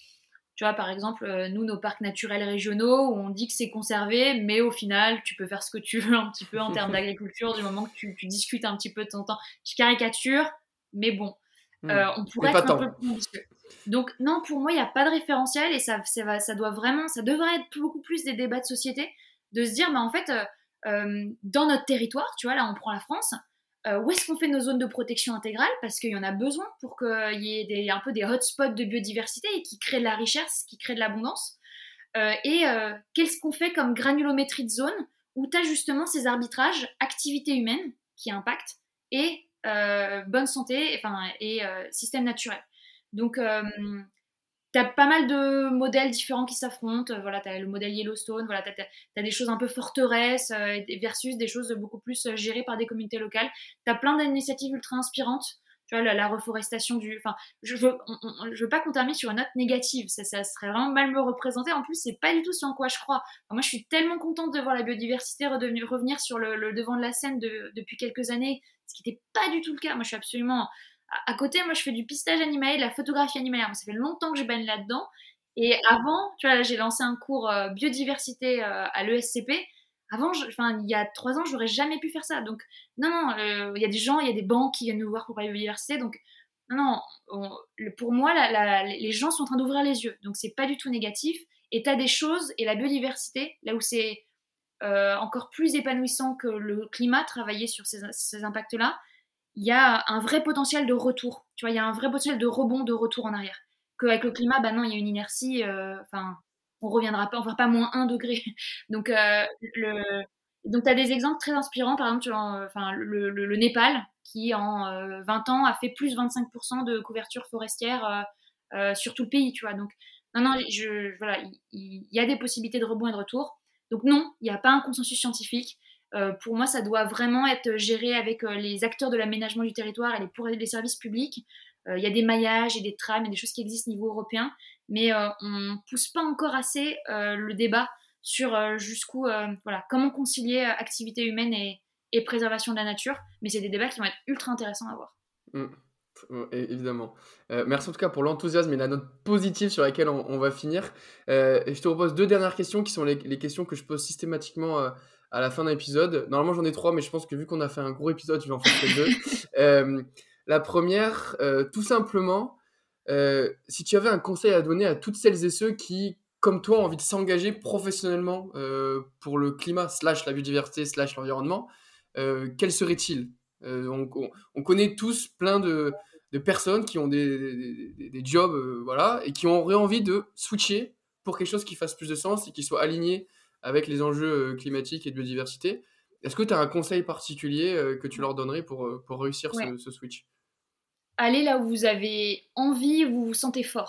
tu vois, par exemple, euh, nous, nos parcs naturels régionaux, où on dit que c'est conservé, mais au final, tu peux faire ce que tu veux un petit peu en termes d'agriculture, du moment que tu, tu discutes un petit peu de ton temps. Je caricature, mais bon, Hmm. euh, on Mais pourrait pas être un peu tant. plus ambitieux. Donc non, pour moi, il n'y a pas de référentiel et ça, ça, va, ça doit vraiment, ça devrait être beaucoup plus des débats de société, de se dire, mais en fait, euh, euh, dans notre territoire, tu vois, là, on prend la France, euh, où est-ce qu'on fait nos zones de protection intégrale? Parce qu'il y en a besoin pour qu'il y ait des, un peu des hotspots de biodiversité et qui créent de la richesse, qui créent de l'abondance. Euh, et euh, qu'est-ce qu'on fait comme granulométrie de zone où tu as justement ces arbitrages, activité humaine qui impactent et euh, bonne santé enfin, et euh, système naturel. Donc, euh, tu as pas mal de modèles différents qui s'affrontent. Euh, Voilà, tu as le modèle Yellowstone, voilà, tu as, des choses un peu forteresses euh, versus des choses beaucoup plus euh, gérées par des communautés locales. Tu as plein d'initiatives ultra inspirantes. Tu vois, la, la reforestation du. Enfin, je veux, on, on, je veux pas qu'on termine sur une note négative. Ça, ça serait vraiment mal me représenter. En plus, c'est pas du tout ce en quoi je crois. Enfin, moi, je suis tellement contente de voir la biodiversité redevenir, revenir sur le, le devant de la scène de, depuis quelques années, ce qui n'était pas du tout le cas. Moi, je suis absolument à, côté, moi, je fais du pistage animalier, de la photographie animalière. Moi, ça fait longtemps que je baigne là-dedans. Et avant, tu vois, j'ai lancé un cours euh, biodiversité euh, à l'E S C P. Avant, je, enfin, il y a trois ans, j'aurais jamais pu faire ça. Donc, non, non, euh, il y a des gens, il y a des banques qui viennent nous voir pour parler de biodiversité. Donc, non, non, on, le, pour moi, la, la, les gens sont en train d'ouvrir les yeux. Donc, c'est pas du tout négatif. Et tu as des choses, et la biodiversité, là où c'est euh, encore plus épanouissant que le climat, travailler sur ces, ces impacts-là, il y a un vrai potentiel de retour. Tu vois, il y a un vrai potentiel de rebond, de retour en arrière. Qu'avec le climat, bah non, il y a une inertie. euh, Enfin, on reviendra pas, on fera pas moins un degré. Donc, euh, le, donc tu as des exemples très inspirants. Par exemple, tu vois, euh, enfin, le, le, le Népal, qui en euh, vingt ans a fait plus vingt-cinq pour cent de couverture forestière euh, euh, sur tout le pays. Tu vois, donc non, non, je, voilà, il, il y a des possibilités de rebond et de retour. Donc non, il n'y a pas un consensus scientifique. Euh, pour moi, ça doit vraiment être géré avec euh, les acteurs de l'aménagement du territoire et les, pour les services publics. Euh, Il y a des maillages et des trames et des choses qui existent au niveau européen, mais euh, on ne pousse pas encore assez euh, le débat sur euh, jusqu'où, euh, voilà, comment concilier euh, activité humaine et, et préservation de la nature. Mais c'est des débats qui vont être ultra intéressants à avoir. Mm. Euh, é- Évidemment. Euh, merci en tout cas pour l'enthousiasme et la note positive sur laquelle on, on va finir. Euh, et je te propose deux dernières questions qui sont les, les questions que je pose systématiquement euh, à la fin d'un épisode. Normalement j'en ai trois, mais je pense que vu qu'on a fait un gros épisode, je vais en faire que deux. Euh, la première, euh, tout simplement, euh, si tu avais un conseil à donner à toutes celles et ceux qui, comme toi, ont envie de s'engager professionnellement euh, pour le climat, slash la biodiversité, slash l'environnement, euh, quel serait-il? Euh, on, on- on connaît tous plein de, de personnes qui ont des, des- des- des jobs, euh, voilà, et qui auraient envie de switcher pour quelque chose qui fasse plus de sens et qui soit aligné avec les enjeux euh, climatiques et de biodiversité. Est-ce que tu as un conseil particulier euh, que tu leur donnerais pour, euh, pour réussir Ouais. ce, ce switch? Allez là où vous avez envie, où vous vous sentez fort.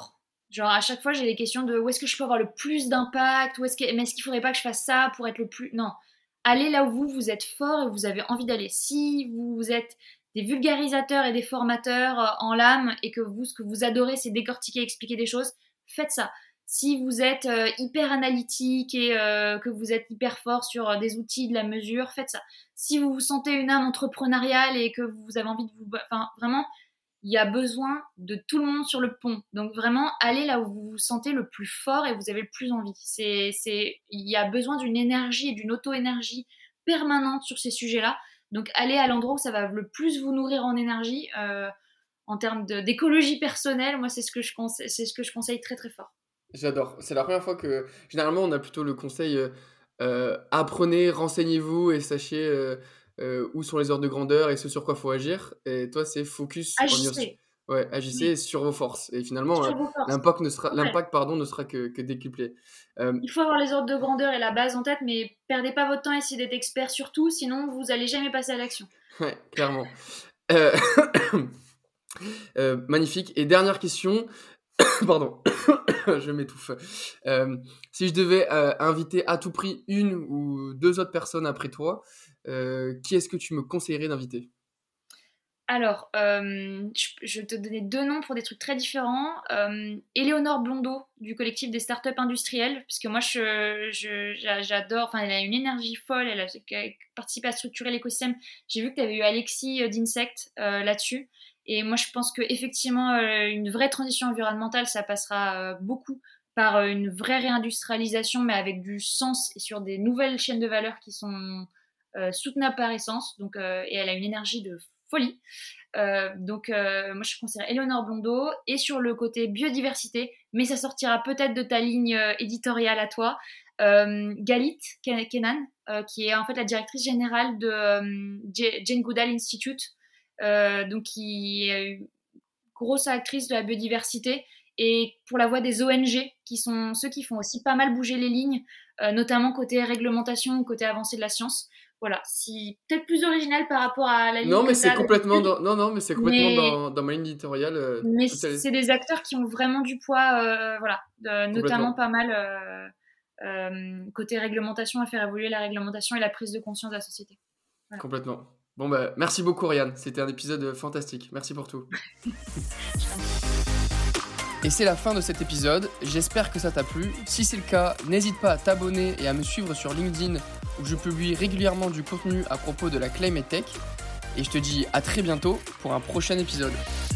Genre, à chaque fois, j'ai des questions de où est-ce que je peux avoir le plus d'impact, où est-ce que, mais est-ce qu'il faudrait pas que je fasse ça pour être le plus... Non, allez là où vous, vous êtes fort et vous avez envie d'aller. Si vous êtes des vulgarisateurs et des formateurs en l'âme et que vous, ce que vous adorez, c'est décortiquer, expliquer des choses, faites ça. Si vous êtes euh, hyper analytique et euh, que vous êtes hyper fort sur euh, des outils de la mesure, faites ça. Si vous vous sentez une âme entrepreneuriale et que vous avez envie de vous... Enfin, vraiment, il y a besoin de tout le monde sur le pont. Donc vraiment, allez là où vous vous sentez le plus fort et vous avez le plus envie. C'est, c'est... Il y a besoin d'une énergie et d'une auto-énergie permanente sur ces sujets-là. Donc allez à l'endroit où ça va le plus vous nourrir en énergie. Euh, en termes de, d'écologie personnelle, moi, c'est ce que je conseille, c'est ce que je conseille très très fort. J'adore. C'est la première fois que, généralement, on a plutôt le conseil euh, euh, apprenez, renseignez-vous et sachez euh, euh, où sont les ordres de grandeur et ce sur quoi il faut agir. Et toi, c'est focus on your... Agissez. Ouais, agissez Oui. sur vos forces. Et finalement, euh, Sur vos forces. l'impact ne sera, Ouais. l'impact, pardon, ne sera que, que décuplé. Euh, Il faut avoir les ordres de grandeur et la base en tête, mais perdez pas votre temps à essayer d'être expert sur tout, sinon vous allez jamais passer à l'action. ouais, clairement. Euh... euh, magnifique. Et dernière question. Pardon, je m'étouffe. Euh, si je devais euh, inviter à tout prix une ou deux autres personnes après toi, euh, qui est-ce que tu me conseillerais d'inviter ? Alors, euh, je, je vais te donner deux noms pour des trucs très différents. Euh, Éléonore Blondeau, du collectif des startups industrielles, parce que moi, je, je, j'adore, enfin, elle a une énergie folle, elle a participé à structurer l'écosystème. J'ai vu que tu avais eu Alexis d'Insect euh, là-dessus. Et moi, je pense qu'effectivement, euh, une vraie transition environnementale, ça passera euh, beaucoup par euh, une vraie réindustrialisation, mais avec du sens et sur des nouvelles chaînes de valeur qui sont euh, soutenables par essence. Donc, euh, et elle a une énergie de folie. Euh, donc, euh, moi, je conseillerais Éléonore Blondeau. Et sur le côté biodiversité, mais ça sortira peut-être de ta ligne euh, éditoriale à toi, euh, Galit Kenan, euh, qui est en fait la directrice générale de euh, Jane Goodall Institute. Euh, donc qui est une grosse actrice de la biodiversité et pour la voix des O N G qui sont ceux qui font aussi pas mal bouger les lignes, euh, notamment côté réglementation, côté avancée de la science. Voilà, si peut-être plus original par rapport à la ligne non, mais que c'est t'as complètement dans... non non mais c'est complètement mais... dans, dans ma ligne éditoriale. Euh, mais c'est des acteurs qui ont vraiment du poids, euh, voilà, de, notamment pas mal euh, euh, côté réglementation, à faire évoluer la réglementation et la prise de conscience de la société. Voilà. Complètement. Bon bah merci beaucoup Oriane, c'était un épisode fantastique, merci pour tout. Et c'est la fin de cet épisode, j'espère que ça t'a plu. Si c'est le cas, n'hésite pas à t'abonner et à me suivre sur LinkedIn où je publie régulièrement du contenu à propos de la Climate Tech. Et je te dis à très bientôt pour un prochain épisode.